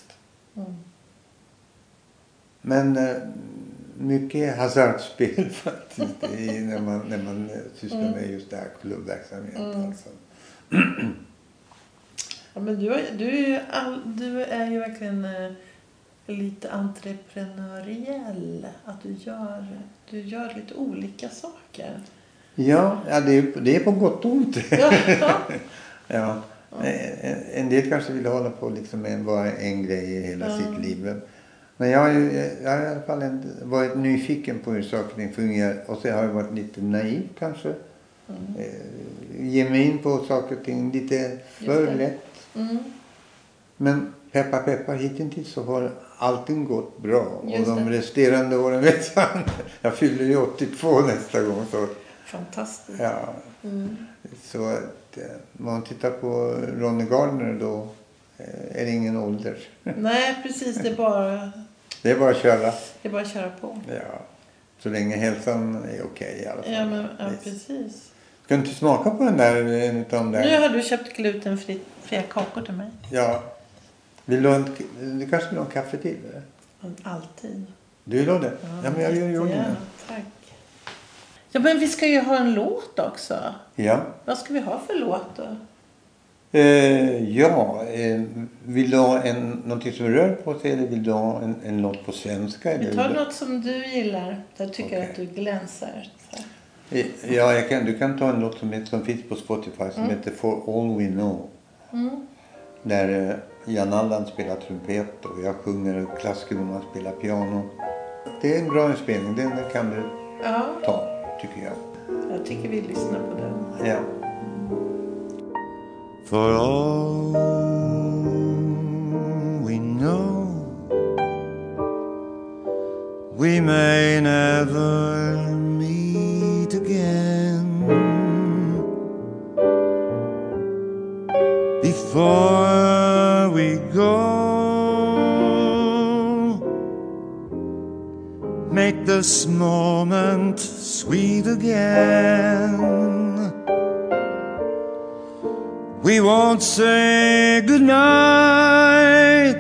Men mycket hasardspel faktiskt när man sysslar med just det här klubbverksamheten. Alltså. Ja, men du är ju verkligen lite entreprenöriell. Att du gör lite olika saker. Ja, det är på gott och ont. Ja. En del kanske vill hålla på liksom med bara en grej i hela sitt liv. Men jag har i alla fall varit nyfiken på hur saker fungerar. Och så har jag varit lite naiv kanske. Ge mig in på saker och ting lite för lätt. Men peppa hittills så har allting gått bra. Och de resterande åren vet jag fyller ju 82 nästa gång. Så. Fantastiskt. Ja. Så att man tittar på Ronny Gardner då är det ingen ålder. Nej, precis. Det är bara att köra. Det är bara att köra på. Ja. Så länge hälsan är okej i alla fall. Ja, precis. Ska du inte smaka på den där? Nu har du köpt glutenfria kakor till mig. Ja. Du kanske vill ha en kaffe till? Eller? Alltid. Du vill ha det? Ja, men jag gör ju ordningen. Tack. Ja, men vi ska ju ha en låt också. Ja. Vad ska vi ha för låt då? Vill du ha någonting som rör på sig eller vill du ha en låt på svenska? Vi tar något som du gillar. Jag tycker att du glänser. Så. Ja, du kan ta en låt som finns på Spotify som heter For All We Know. Där Jan Allan spelar trumpet och jag sjunger och Klasskronan spelar piano. Det är en bra inspelning, den kan du ta, tycker jag. Jag tycker vi lyssnar på den. Ja. For all we know, we may never meet again. Before we go, make this moment sweet again. We won't say goodnight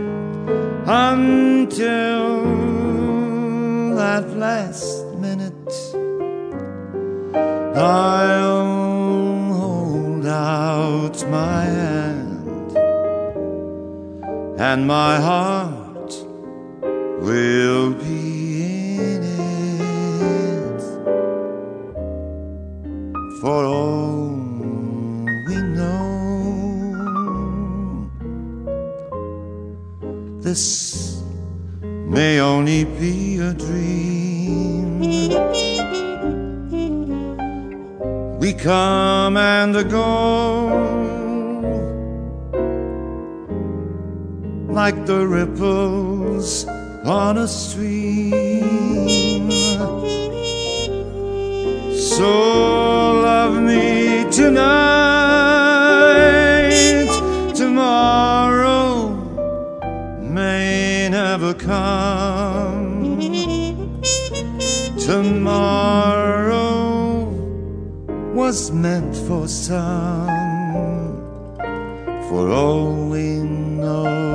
until that last minute. I'll hold out my hand, and my heart will be in it. For all we know, this may only be a dream. We come and go like the ripples on a stream. So love me tonight. Tomorrow may never come. Tomorrow was meant for some, for all we know.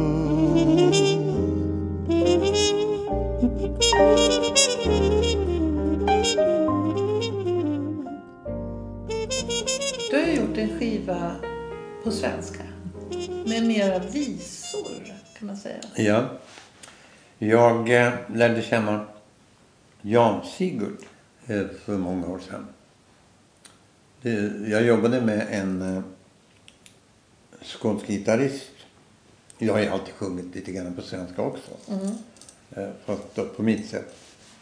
Du har gjort en skiva på svenska med mera visor, kan man säga. Ja. Jag lärde känna Jan Sigurd för många år sedan. Jag jobbade med en skånsk gitarrist. Jag har ju alltid sjungit lite grann på svenska också. Fast på mitt sätt.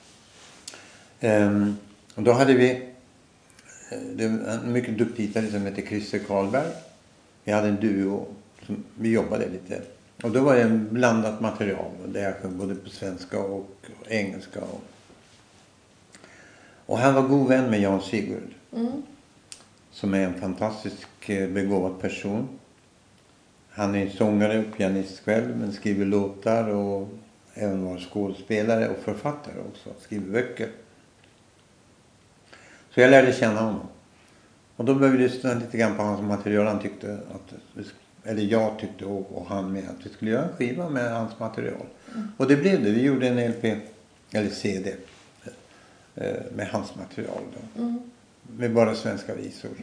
Och då hade vi en mycket duktig gitarrist som heter Christer Karlberg. Vi hade en duo som vi jobbade lite. Och då var det en blandat material. Där jag sjöng både på svenska och engelska. Och han var god vän med Jan Sigurd. Som är en fantastisk begåvad person. Han är sångare och pianist själv, men skriver låtar och även var skådespelare och författare också. Skriver böcker. Så jag lärde känna honom. Och då började vi lyssna lite grann på hans material. Han tyckte att, eller jag tyckte och han med att vi skulle göra en skiva med hans material. Och det blev det. Vi gjorde en LP, eller CD, med hans material då. Med bara svenska visor.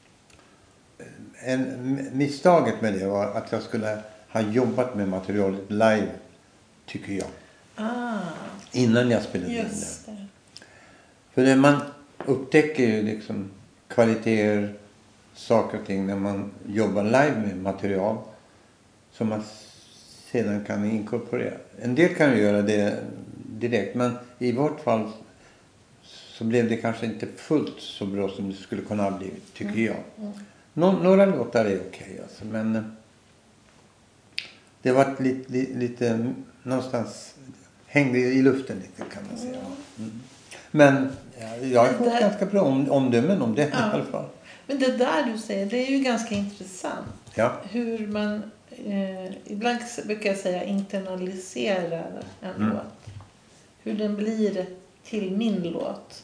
Misstaget med det var att jag skulle ha jobbat med materialet live, tycker jag. Innan jag spelade in det. För man upptäcker ju liksom kvaliteter, saker och ting när man jobbar live med material som man sedan kan inkorporera. En del kan ju göra det direkt, men i vårt fall så blev det kanske inte fullt så bra som det skulle kunna ha blivit, tycker jag. Några låtar är okej, alltså, men det var lite någonstans hängde i luften lite, kan man säga. Men jag har fått ganska bra omdömen om det i alla fall. Men det där du säger, det är ju ganska intressant. Ja. Hur man, ibland brukar jag säga, internaliserar en låt. Hur den blir till min låt.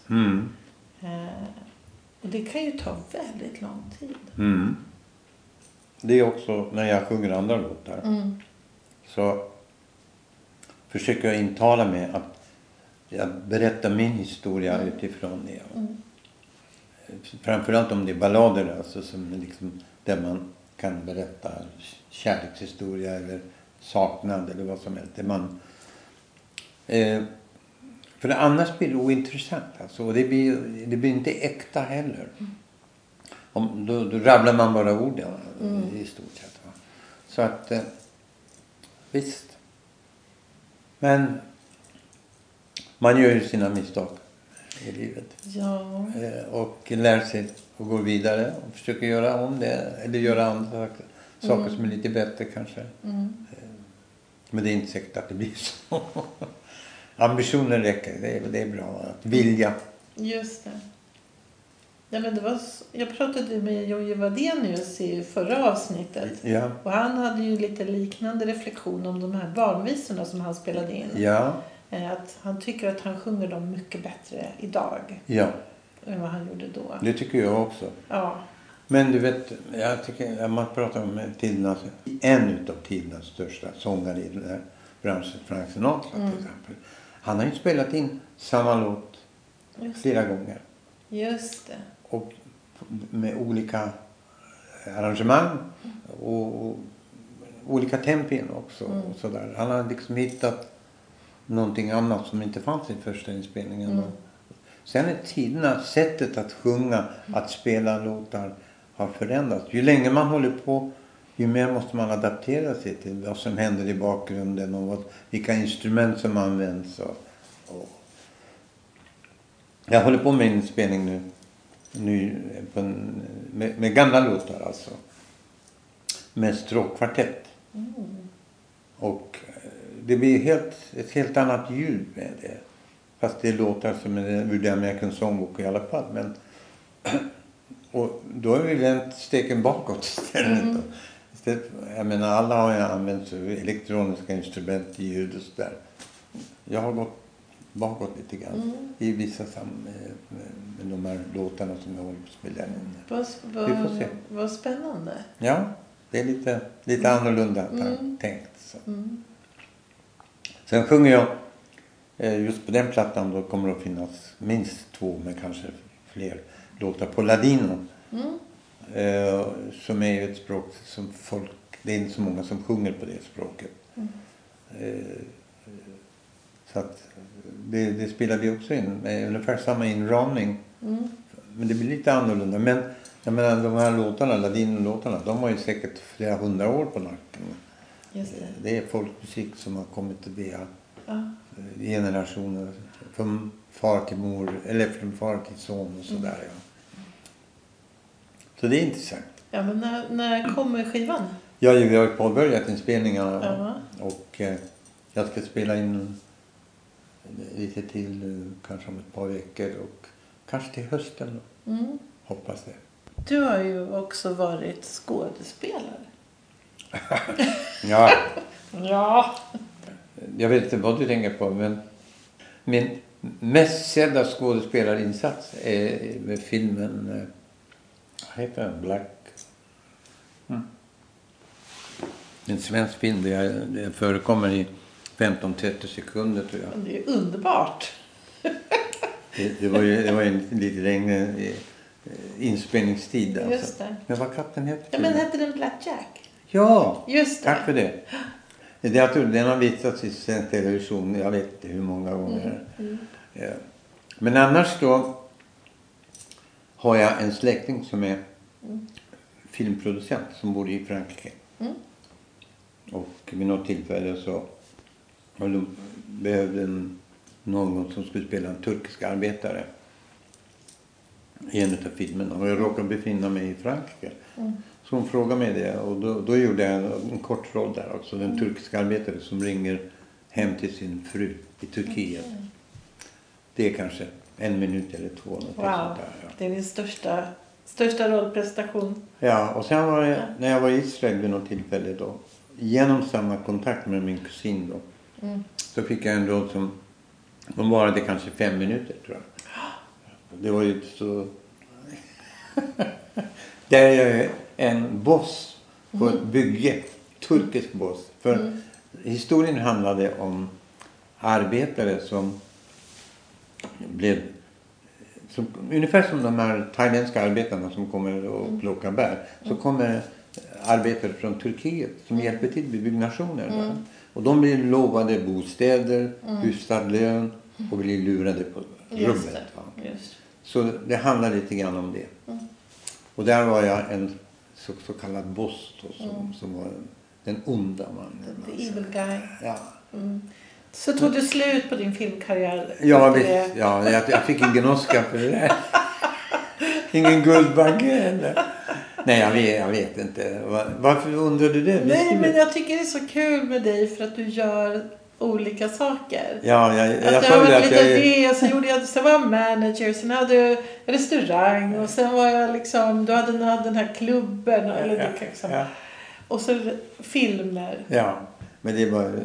Och det kan ju ta väldigt lång tid. Det är också när jag sjunger andra låtar. Så försöker jag intala mig att jag berättar min historia utifrån det. Framförallt om det är ballader, alltså, som liksom, där man kan berätta kärlekshistoria eller saknad eller vad som helst. För annars blir det ointressant. Alltså, och det blir inte äkta heller. Då rabblar man bara orden i stort sett. Va? Så att visst. Men man gör ju sina misstag i livet. Ja. Och lär sig och går vidare och försöker göra om det. Eller göra andra saker som är lite bättre kanske. Men det är inte säkert att det blir så. Ambitionen räcker, det är bra att vilja. Just det. Ja, men det var jag pratade med Jojje Wadenius i förra avsnittet. Ja. Och han hade ju lite liknande reflektion om de här barnvisorna som han spelade in. Ja. Att han tycker att han sjunger dem mycket bättre idag Ja, än vad han gjorde då. det tycker jag också. Ja. Men du vet, jag tycker, man pratar om en utav tidernas största sångare i den här branschen, Frank Sinatra till exempel. Han har ju spelat in samma låt flera gånger. Just det. Och med olika arrangemang och olika tempin också. Och så där. Han har liksom hittat någonting annat som inte fanns i första inspelningen. Sen är tiderna, sättet att sjunga, att spela låtar har förändrats. Ju längre man håller på, ju mer måste man adaptera sig till vad som händer i bakgrunden och vilka instrument som används. Jag håller på med inspelning nu med gamla låtar alltså. Med stråkkvartett. Och det blir ett helt annat ljud med det. Fast det låtar som ur The American Songbook i alla fall. Men, och då har vi vänt steken bakåt istället. Jag menar, alla har ju använt elektroniska instrument, ljud och sådär. Jag har gått bakåt lite grann i vissa med de här låtarna som jag håller på att spela in. Vi får se. Vad spännande. Ja, det är lite annorlunda tänkt. Så. Sen sjunger jag just på den plattan, då kommer det att finnas minst 2 men kanske fler låtar på ladino. Som är ju ett språk som det är inte så många som sjunger på det språket. Så att det spelar vi också in med ungefär samma inramning. Men det blir lite annorlunda. Men jag menar, de här låtarna, ladino-låtarna, de har ju säkert flera 100 år på nacken. Just det. Det är folkmusik som har kommit via generationer. Från far till mor, eller från far till son och sådär. Ja. Så det är intressant. Ja, men när kommer skivan? Ja, vi har påbörjat inspelningarna. Och jag ska spela in lite till kanske om ett par veckor. Och kanske till hösten. Hoppas det. Du har ju också varit skådespelare. Ja. Ja. Jag vet inte vad du tänker på, men min mest sedda skådespelarinsats är med filmen, vad heter den? Black. En svensk film där det förekommer i 15-30 sekunder tror jag. Det är underbart. Det var ju en lite längre inspelningstid. Alltså. Just det. Men vad katten heter? Ja, men hette den Blackjack? Ja, just det. Tack för det. Jag tror den har visats i svensk television, jag vet inte hur många gånger. Ja. Men annars då har jag en släkting som är filmproducent som bor i Frankrike. Och vid något tillfälle så behövde någon som skulle spela en turkisk arbetare i en av filmerna. Och jag råkade befinna mig i Frankrike. Så hon frågade mig det och då gjorde jag en kort roll där också. Den turkiska arbetare som ringer hem till sin fru i Turkiet. Det är kanske 1 minut eller 2. Wow, sånt där, ja. Det är din största rollprestation. Ja, och sen var det, när jag var i Israel vid något tillfälle då, genom samma kontakt med min kusin då, så fick jag en roll som varade kanske 5 minuter tror jag. Det var ju så... Det är en boss på ett bygge, turkisk boss. För historien handlade om arbetare som blev... ungefär som de här thailändska arbetarna som kommer och plockar bär. Så kommer arbetare från Turkiet som hjälper till vid byggnationer. Och de blir lovade bostäder, hyfsad lön och blir lurade på rummet. Just. Så det handlar lite grann om det. Och där var jag en så kallad boss då, som var den onda mannen. The evil guy. Ja. Så tog du slut på din filmkarriär? Ja, visst. Ja, jag fick ingen Oscar för det där. Ingen Guldbagge eller... Nej, jag vet inte. Varför undrar du det? Nej, men jag tycker det är så kul med dig för att du gör olika saker. Ja, jag sa det att jag... Så var jag manager, sen hade jag restaurang och sen var jag liksom... Du hade den här klubben eller liksom... Och så filmer. Ja, men det var...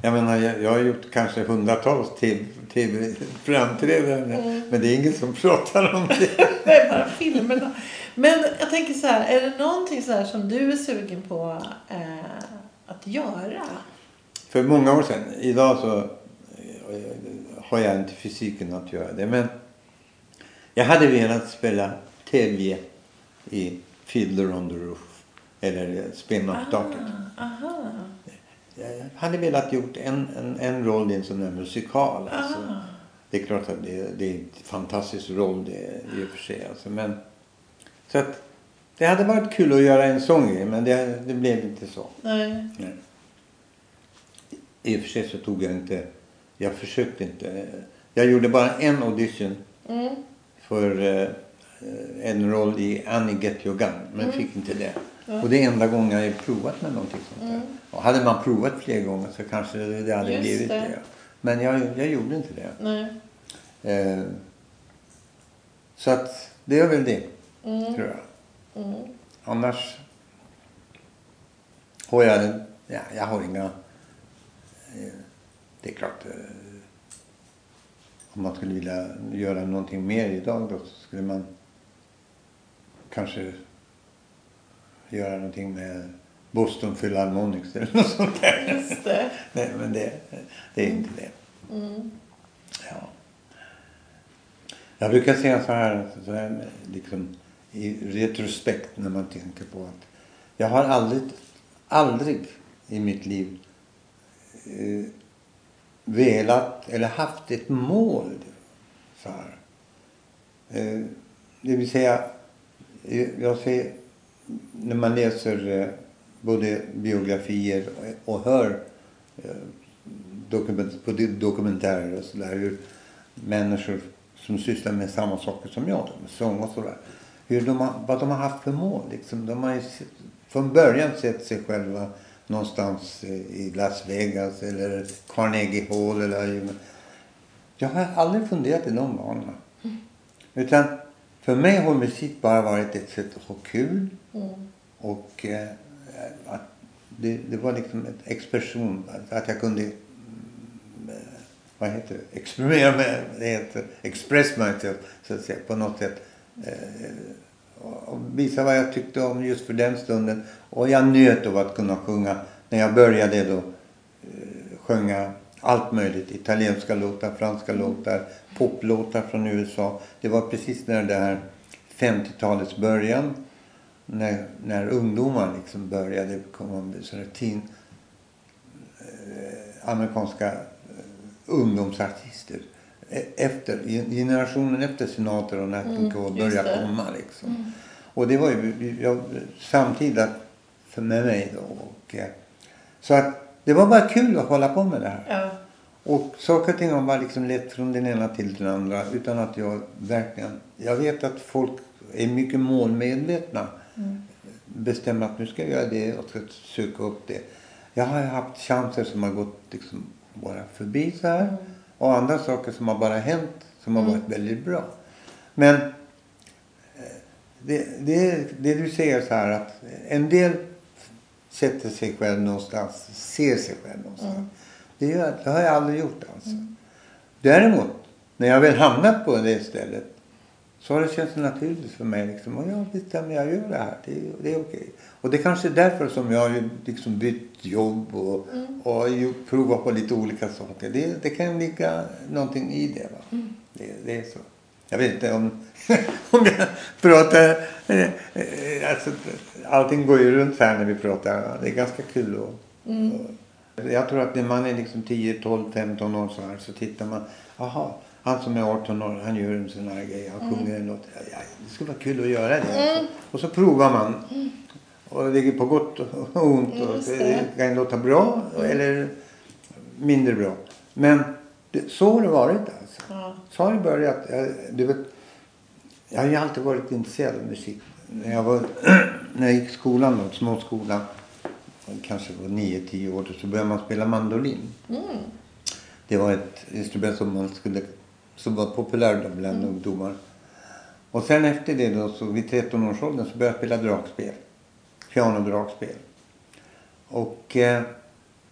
Jag menar, jag har gjort kanske hundratals tv-framträdanden. Men det är ingen som pratar om det. Det är bara filmerna. Men jag tänker så här, är det någonting så här som du är sugen på att göra? För många år sedan, idag så har jag inte fysiken att göra det. Men jag hade velat spela TV i Fiddler on the Roof. Eller Spinna på taket. Aha. Jag hade velat gjort en roll i en sån här musikal. Alltså. Det är klart att det är en fantastisk roll det i och för sig. Alltså. Men, så att det hade varit kul att göra en sång, men det blev inte så. Nej. I och för sig så tog jag inte, jag försökte inte. Jag gjorde bara en audition för en roll i Annie Get Your Gun, men fick inte det. Och det är enda gången jag har provat med någonting sånt där. Och hade man provat fler gånger så kanske det hade blivit det. Men jag gjorde inte det. Nej. Så att det är väl det, tror jag. Annars har jag har inga... Det är klart, om man skulle vilja göra någonting mer idag då skulle man kanske göra någonting med Boston Philharmonics eller något sånt där. Just det. Nej, men det är inte det. Ja. Jag brukar säga så här liksom i retrospekt när man tänker på att jag har aldrig i mitt liv velat eller haft ett mål så här. Det vill säga, jag ser när man läser både biografier och hör dokumentärer och sådär, hur människor som sysslar med samma saker som jag, med sång och sådär, vad de har haft för mål liksom. De har ju från början sett sig själva någonstans i Las Vegas eller Carnegie Hall eller... Jag har aldrig funderat i de banorna. Utan för mig har musik bara varit ett sätt att ha kul. Och att det var liksom ett expression. Att jag kunde exprimera med det, express myself så att säga, på något sätt. Och visa vad jag tyckte om just för den stunden. Och jag njöt av att kunna sjunga. När jag började då sjunga allt möjligt. Italienska låtar, franska låtar, poplåtar från USA. Det var precis när det här 50-talets början. När ungdomar liksom började komma med sådana amerikanska ungdomsartister. Generationen efter Sinatra och Nat King Cole började komma liksom. Och det var ju samtidigt med mig då. Och, så att det var bara kul att hålla på med det här. Ja. Och saker och ting var bara liksom lätt från den ena till den andra. Utan att jag verkligen... Jag vet att folk är mycket målmedvetna. Bestämmer att nu ska jag göra det och ska söka upp det. Jag har haft chanser som har gått liksom bara förbi så här. Och andra saker som har bara hänt som har varit väldigt bra. Men det du säger så här att en del sätter sig själv någonstans, ser sig själv någonstans. Det har jag aldrig gjort alltså. Däremot, när jag väl hamnat på det stället så har det känts naturligt för mig liksom, och jag bestämmer jag gör det här, det är okej. Och det är kanske därför som jag har liksom bytt jobb och provat på lite olika saker. Det kan ligga någonting i det, va? Det är så. Jag vet inte om jag pratar, alltså, allting går ju runt här när vi pratar. Det är ganska kul och jag tror att när man är liksom 10, 12, 15 år så här så tittar man, aha, han som är 18 år, han gör en sån här grej, han sjunger en låt. Ja, det skulle vara kul att göra det. Och så provar man. Och det ligger på gott och ont. Och det kan låta bra eller mindre bra. Men så har det varit alltså. Så har det börjat. Jag har ju alltid varit intresserad av musik. När jag gick i skolan då, småskolan, kanske var 9-10 år, så började man spela mandolin. Det var ett instrument som var populärt bland ungdomar. Och sen efter det då, så vid 13-årsåldern så började jag spela dragspel. Pianodragspel. Och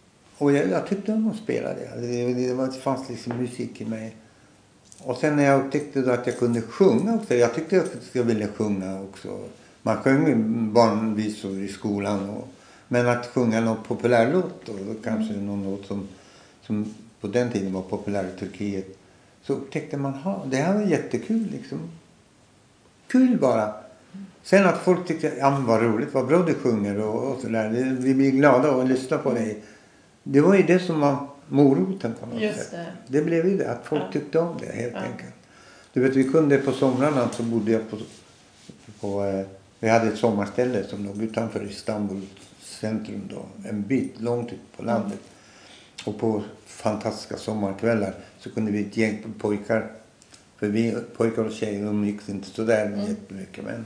Och jag tyckte om att spela det. Det fanns liksom musik i mig. Och sen när jag upptäckte då att jag kunde sjunga också. Jag tyckte att jag ville sjunga också. Man sjöng ju barnvisor i skolan. Men att sjunga någon populärlåt då kanske någon låt som på den tiden var populär i Turkiet. Så upptäckte man, det här var jättekul liksom. Kul bara. Sen att folk tyckte, ja men vad roligt, vad bra du sjunger och sådär. Vi blir glada att lyssna på dig. Det var ju det som var moroten på något sätt. Det blev ju det, att folk tyckte om det helt enkelt. Du vet, vi kunde på somrarna så bodde jag på vi hade ett sommarställe som låg utanför Istanbul centrum då. En bit långt ut på landet. Och på fantastiska sommarkvällar så kunde vi ett gäng pojkar. För vi pojkar och tjejer umgicks inte så där jättemycket. Men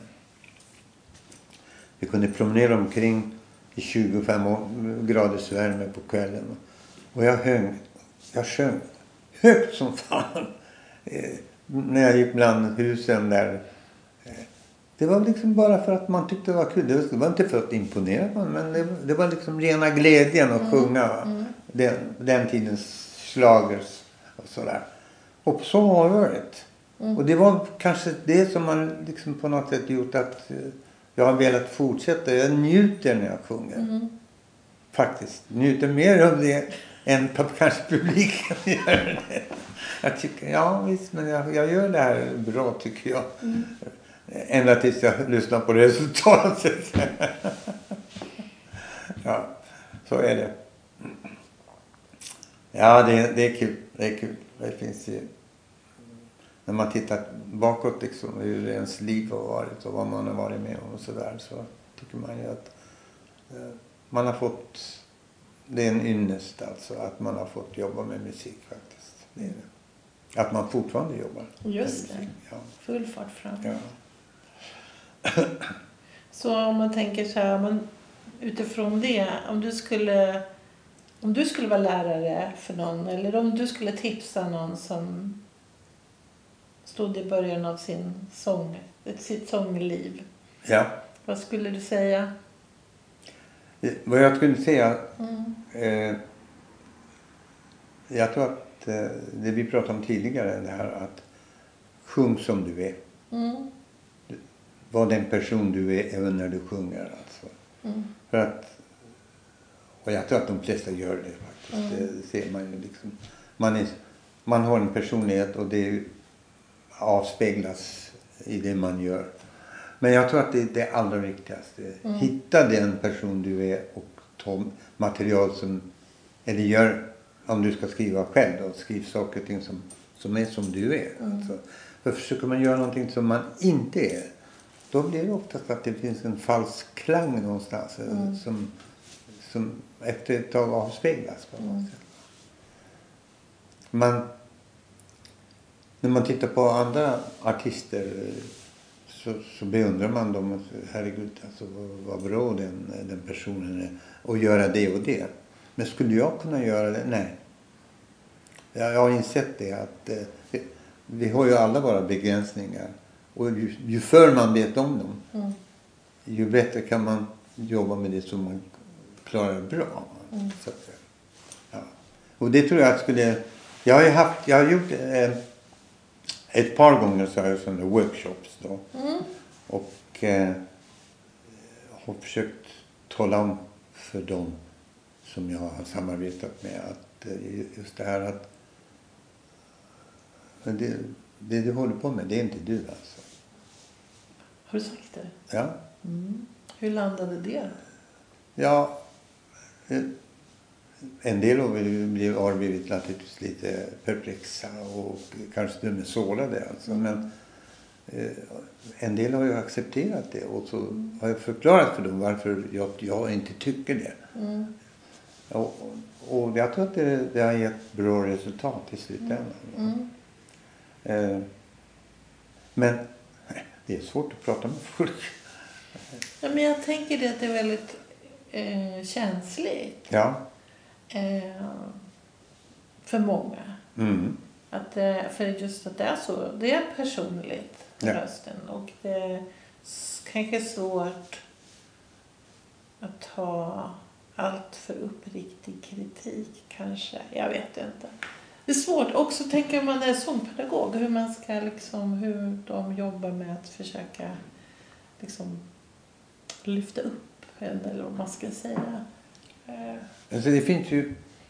vi kunde promenera omkring i 25 graders värme på kvällen. Och jag sjöng högt som fan. När jag gick bland husen där. Det var liksom bara för att man tyckte det var kul. Det var inte för att imponera på men det var liksom rena glädjen att sjunga. Den tidens slagers och sådär. Och så har det varit. Och det var kanske det som man liksom på något sätt gjort att jag har velat fortsätta. Jag njuter när jag sjunger. Faktiskt. Njuter mer av det än kanske publiken gör det. Jag tycker, ja visst, men jag gör det här bra tycker jag. Ända tills jag lyssnar på resultatet. Ja, så är det. Ja, det är kul. Det är kul. Det finns ju... När man tittar bakåt liksom, hur ens liv har varit och vad man har varit med om och sådär, så tycker man ju att man har fått... Det är en ynnest alltså, att man har fått jobba med musik faktiskt. Det är det. Att man fortfarande jobbar. Just det. Ja. Full fart fram. Ja. Så om man tänker så här, men utifrån det, om du skulle vara lärare för någon eller om du skulle tipsa någon som stod i början av sitt sångliv. Ja. Vad skulle du säga? Vad jag skulle säga, jag tror att det vi pratade om tidigare, det här att sjung som du är. Var den person du är även när du sjunger alltså. För att, och jag tror att de flesta gör det faktiskt. Det ser man ju liksom. Man har en personlighet och det avspeglas i det man gör. Men jag tror att det är det allra viktigaste. Hitta den person du är och ta material som, eller gör, om du ska skriva själv då, skriv saker och ting som är som du är. Alltså. För försöker man göra någonting som man inte är, då blir det oftast att det finns en falsk klang någonstans som efter ett tag avspeglas på något sätt. När man tittar på andra artister så beundrar man dem. Herregud, alltså, vad bra den personen är. Och göra det och det. Men skulle jag kunna göra det? Nej. Jag har insett det att vi har ju alla bara begränsningar. Och ju förr man vet om dem, ju bättre kan man jobba med det som man klarar bra. Så att, ja. Och det tror jag skulle... Jag har gjort ett par gånger så har jag sådana workshops då. Och har försökt tala om för dem som jag har samarbetat med att just det här att det du håller på med, det är inte du alltså. Har du sagt det? Ja. Hur landade det? Ja, en del har blivit naturligtvis lite perplexa och kanske till och med sårade alltså. Men en del har ju accepterat det och så har jag förklarat för dem varför jag inte tycker det. Och jag tror att det har gett bra resultat i slutändan. Men det är svårt att prata med folk. Ja, men jag tänker det att det är väldigt känsligt. Ja. För många. För just att det är så. Det är personligt, rösten. Och det är kanske svårt att allt för uppriktig kritik kanske. Jag vet inte. Det är svårt också att tänka om man är sångpedagog. Hur man ska liksom, hur de jobbar med att försöka liksom lyfta upp en, eller vad man ska säga. Alltså det finns ju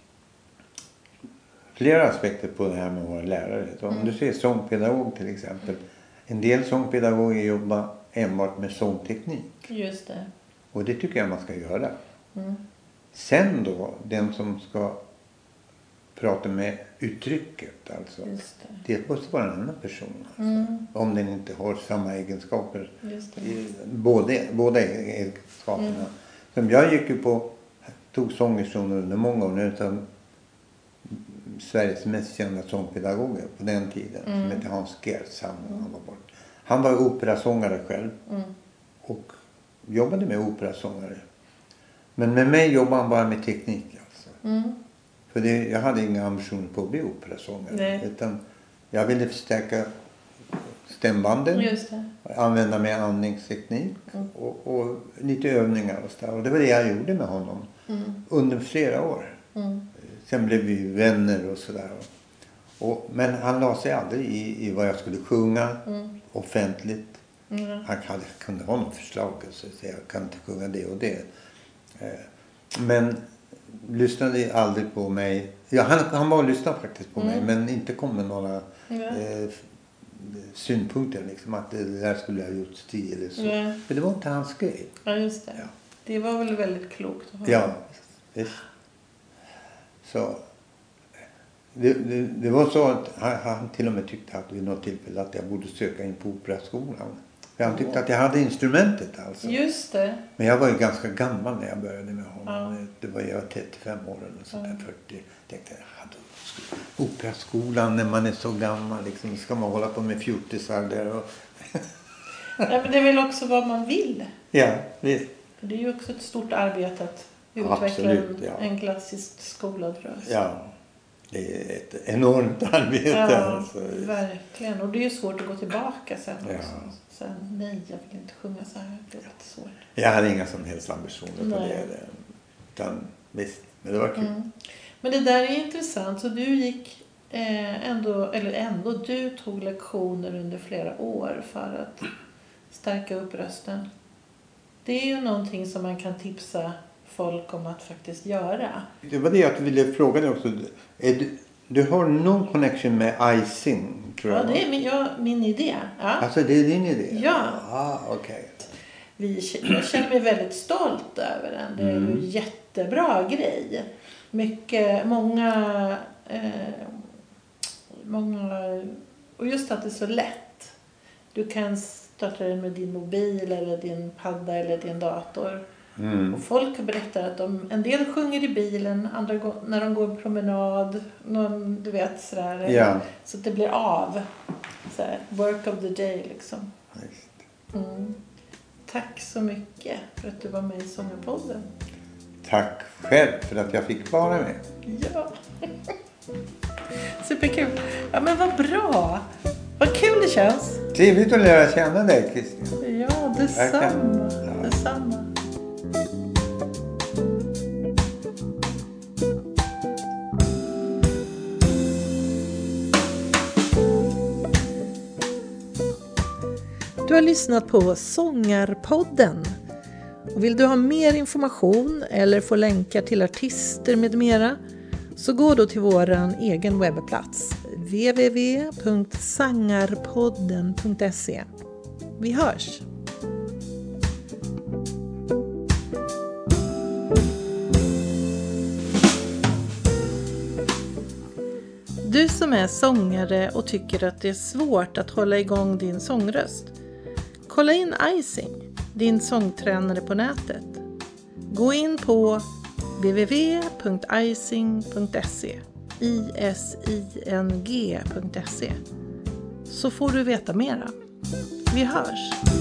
flera aspekter på det här med att vara lärare. Så om du ser sångpedagog till exempel. En del sångpedagoger jobbar enbart med sångteknik. Just det. Och det tycker jag man ska göra. Sen då, den som ska prata med uttrycket. Alltså, det måste vara en annan person. Alltså, om den inte har samma egenskaper. Båda egenskaperna. Som jag gick ju på, tog sångerlektioner under många år nu. Utan Sveriges mest kända sångpedagoger på den tiden. Som heter Hans Gertz. Han var operasångare själv. Och jobbade med operasångare. Men med mig jobbade han bara med teknik. Alltså. För jag hade inga ambitioner på att bli operasångare. Utan jag ville förstärka stämbanden. Just det. Använda mig av andningsteknik. Och lite övningar och så där. Och det var det jag gjorde med honom. Under flera år. Sen blev vi vänner och sådär. Men han la sig aldrig i vad jag skulle sjunga offentligt. Han kunde ha någon förslag och säga jag kan inte sjunga det och det. Men lyssnade aldrig på mig. Ja, han var och lyssnade faktiskt på mig men inte kom med några synpunkter liksom att det där skulle jag ha gjort stil eller så. För det var inte hans grej. Ja, just det. Ja. Det var väl väldigt klokt. Ja, visst. Så det var så att han till och med tyckte att vid något tillfälle att jag borde söka in på operaskolan. För han tyckte att jag hade instrumentet alltså. Just det. Men jag var ju ganska gammal när jag började med honom. Det var jag 35 år eller så där 40. Jag tänkte operaskolan när man är så gammal liksom, ska man hålla på med fjortisar där och ja, men det är väl också vad man vill. Ja, visst. Det är ju också ett stort arbete att utveckla en klassisk skolad röst. Ja, det är ett enormt arbete. Ja, alltså. Verkligen. Och det är ju svårt att gå tillbaka sen också. Sen, nej, jag vill inte sjunga så här. Det är jättesvårt. Jag hade inga som helst ambitioner på det. Utan visst, men det var kul. Men det där är intressant. Så du gick du tog lektioner under flera år för att stärka upp rösten. Det är ju någonting som man kan tipsa folk om att faktiskt göra. Det var det jag ville fråga dig också. Du har någon connection med icing, tror jag. Ja, det är min idé. Ja. Alltså det är din idé? Ja. Okej. Jag känner mig väldigt stolt över den. Det är en jättebra grej. Många och just att det är så lätt. Du kan starta den med din mobil eller din padda eller din dator. Och folk berättar att en del sjunger i bilen, andra när de går en promenad, någon, du vet sådär. Ja. Så att det blir av. Såhär, work of the day liksom. Tack så mycket för att du var med i Sångarpodden. Tack själv för att jag fick vara med. Ja. Superkul. Ja, men vad bra. Vad kul det känns. Trevligt att lära känna dig, Kristin. Ja, detsamma. Detsamma. Du har lyssnat på Sångarpodden. Och vill du ha mer information eller få länkar till artister med mera, så gå då till våran egen webbplats www.sangarpodden.se. Vi hörs! Du som är sångare och tycker att det är svårt att hålla igång din sångröst, kolla in Icing, din sångtränare på nätet. Gå in på www.icing.se ising.se så får du veta mera. Vi hörs!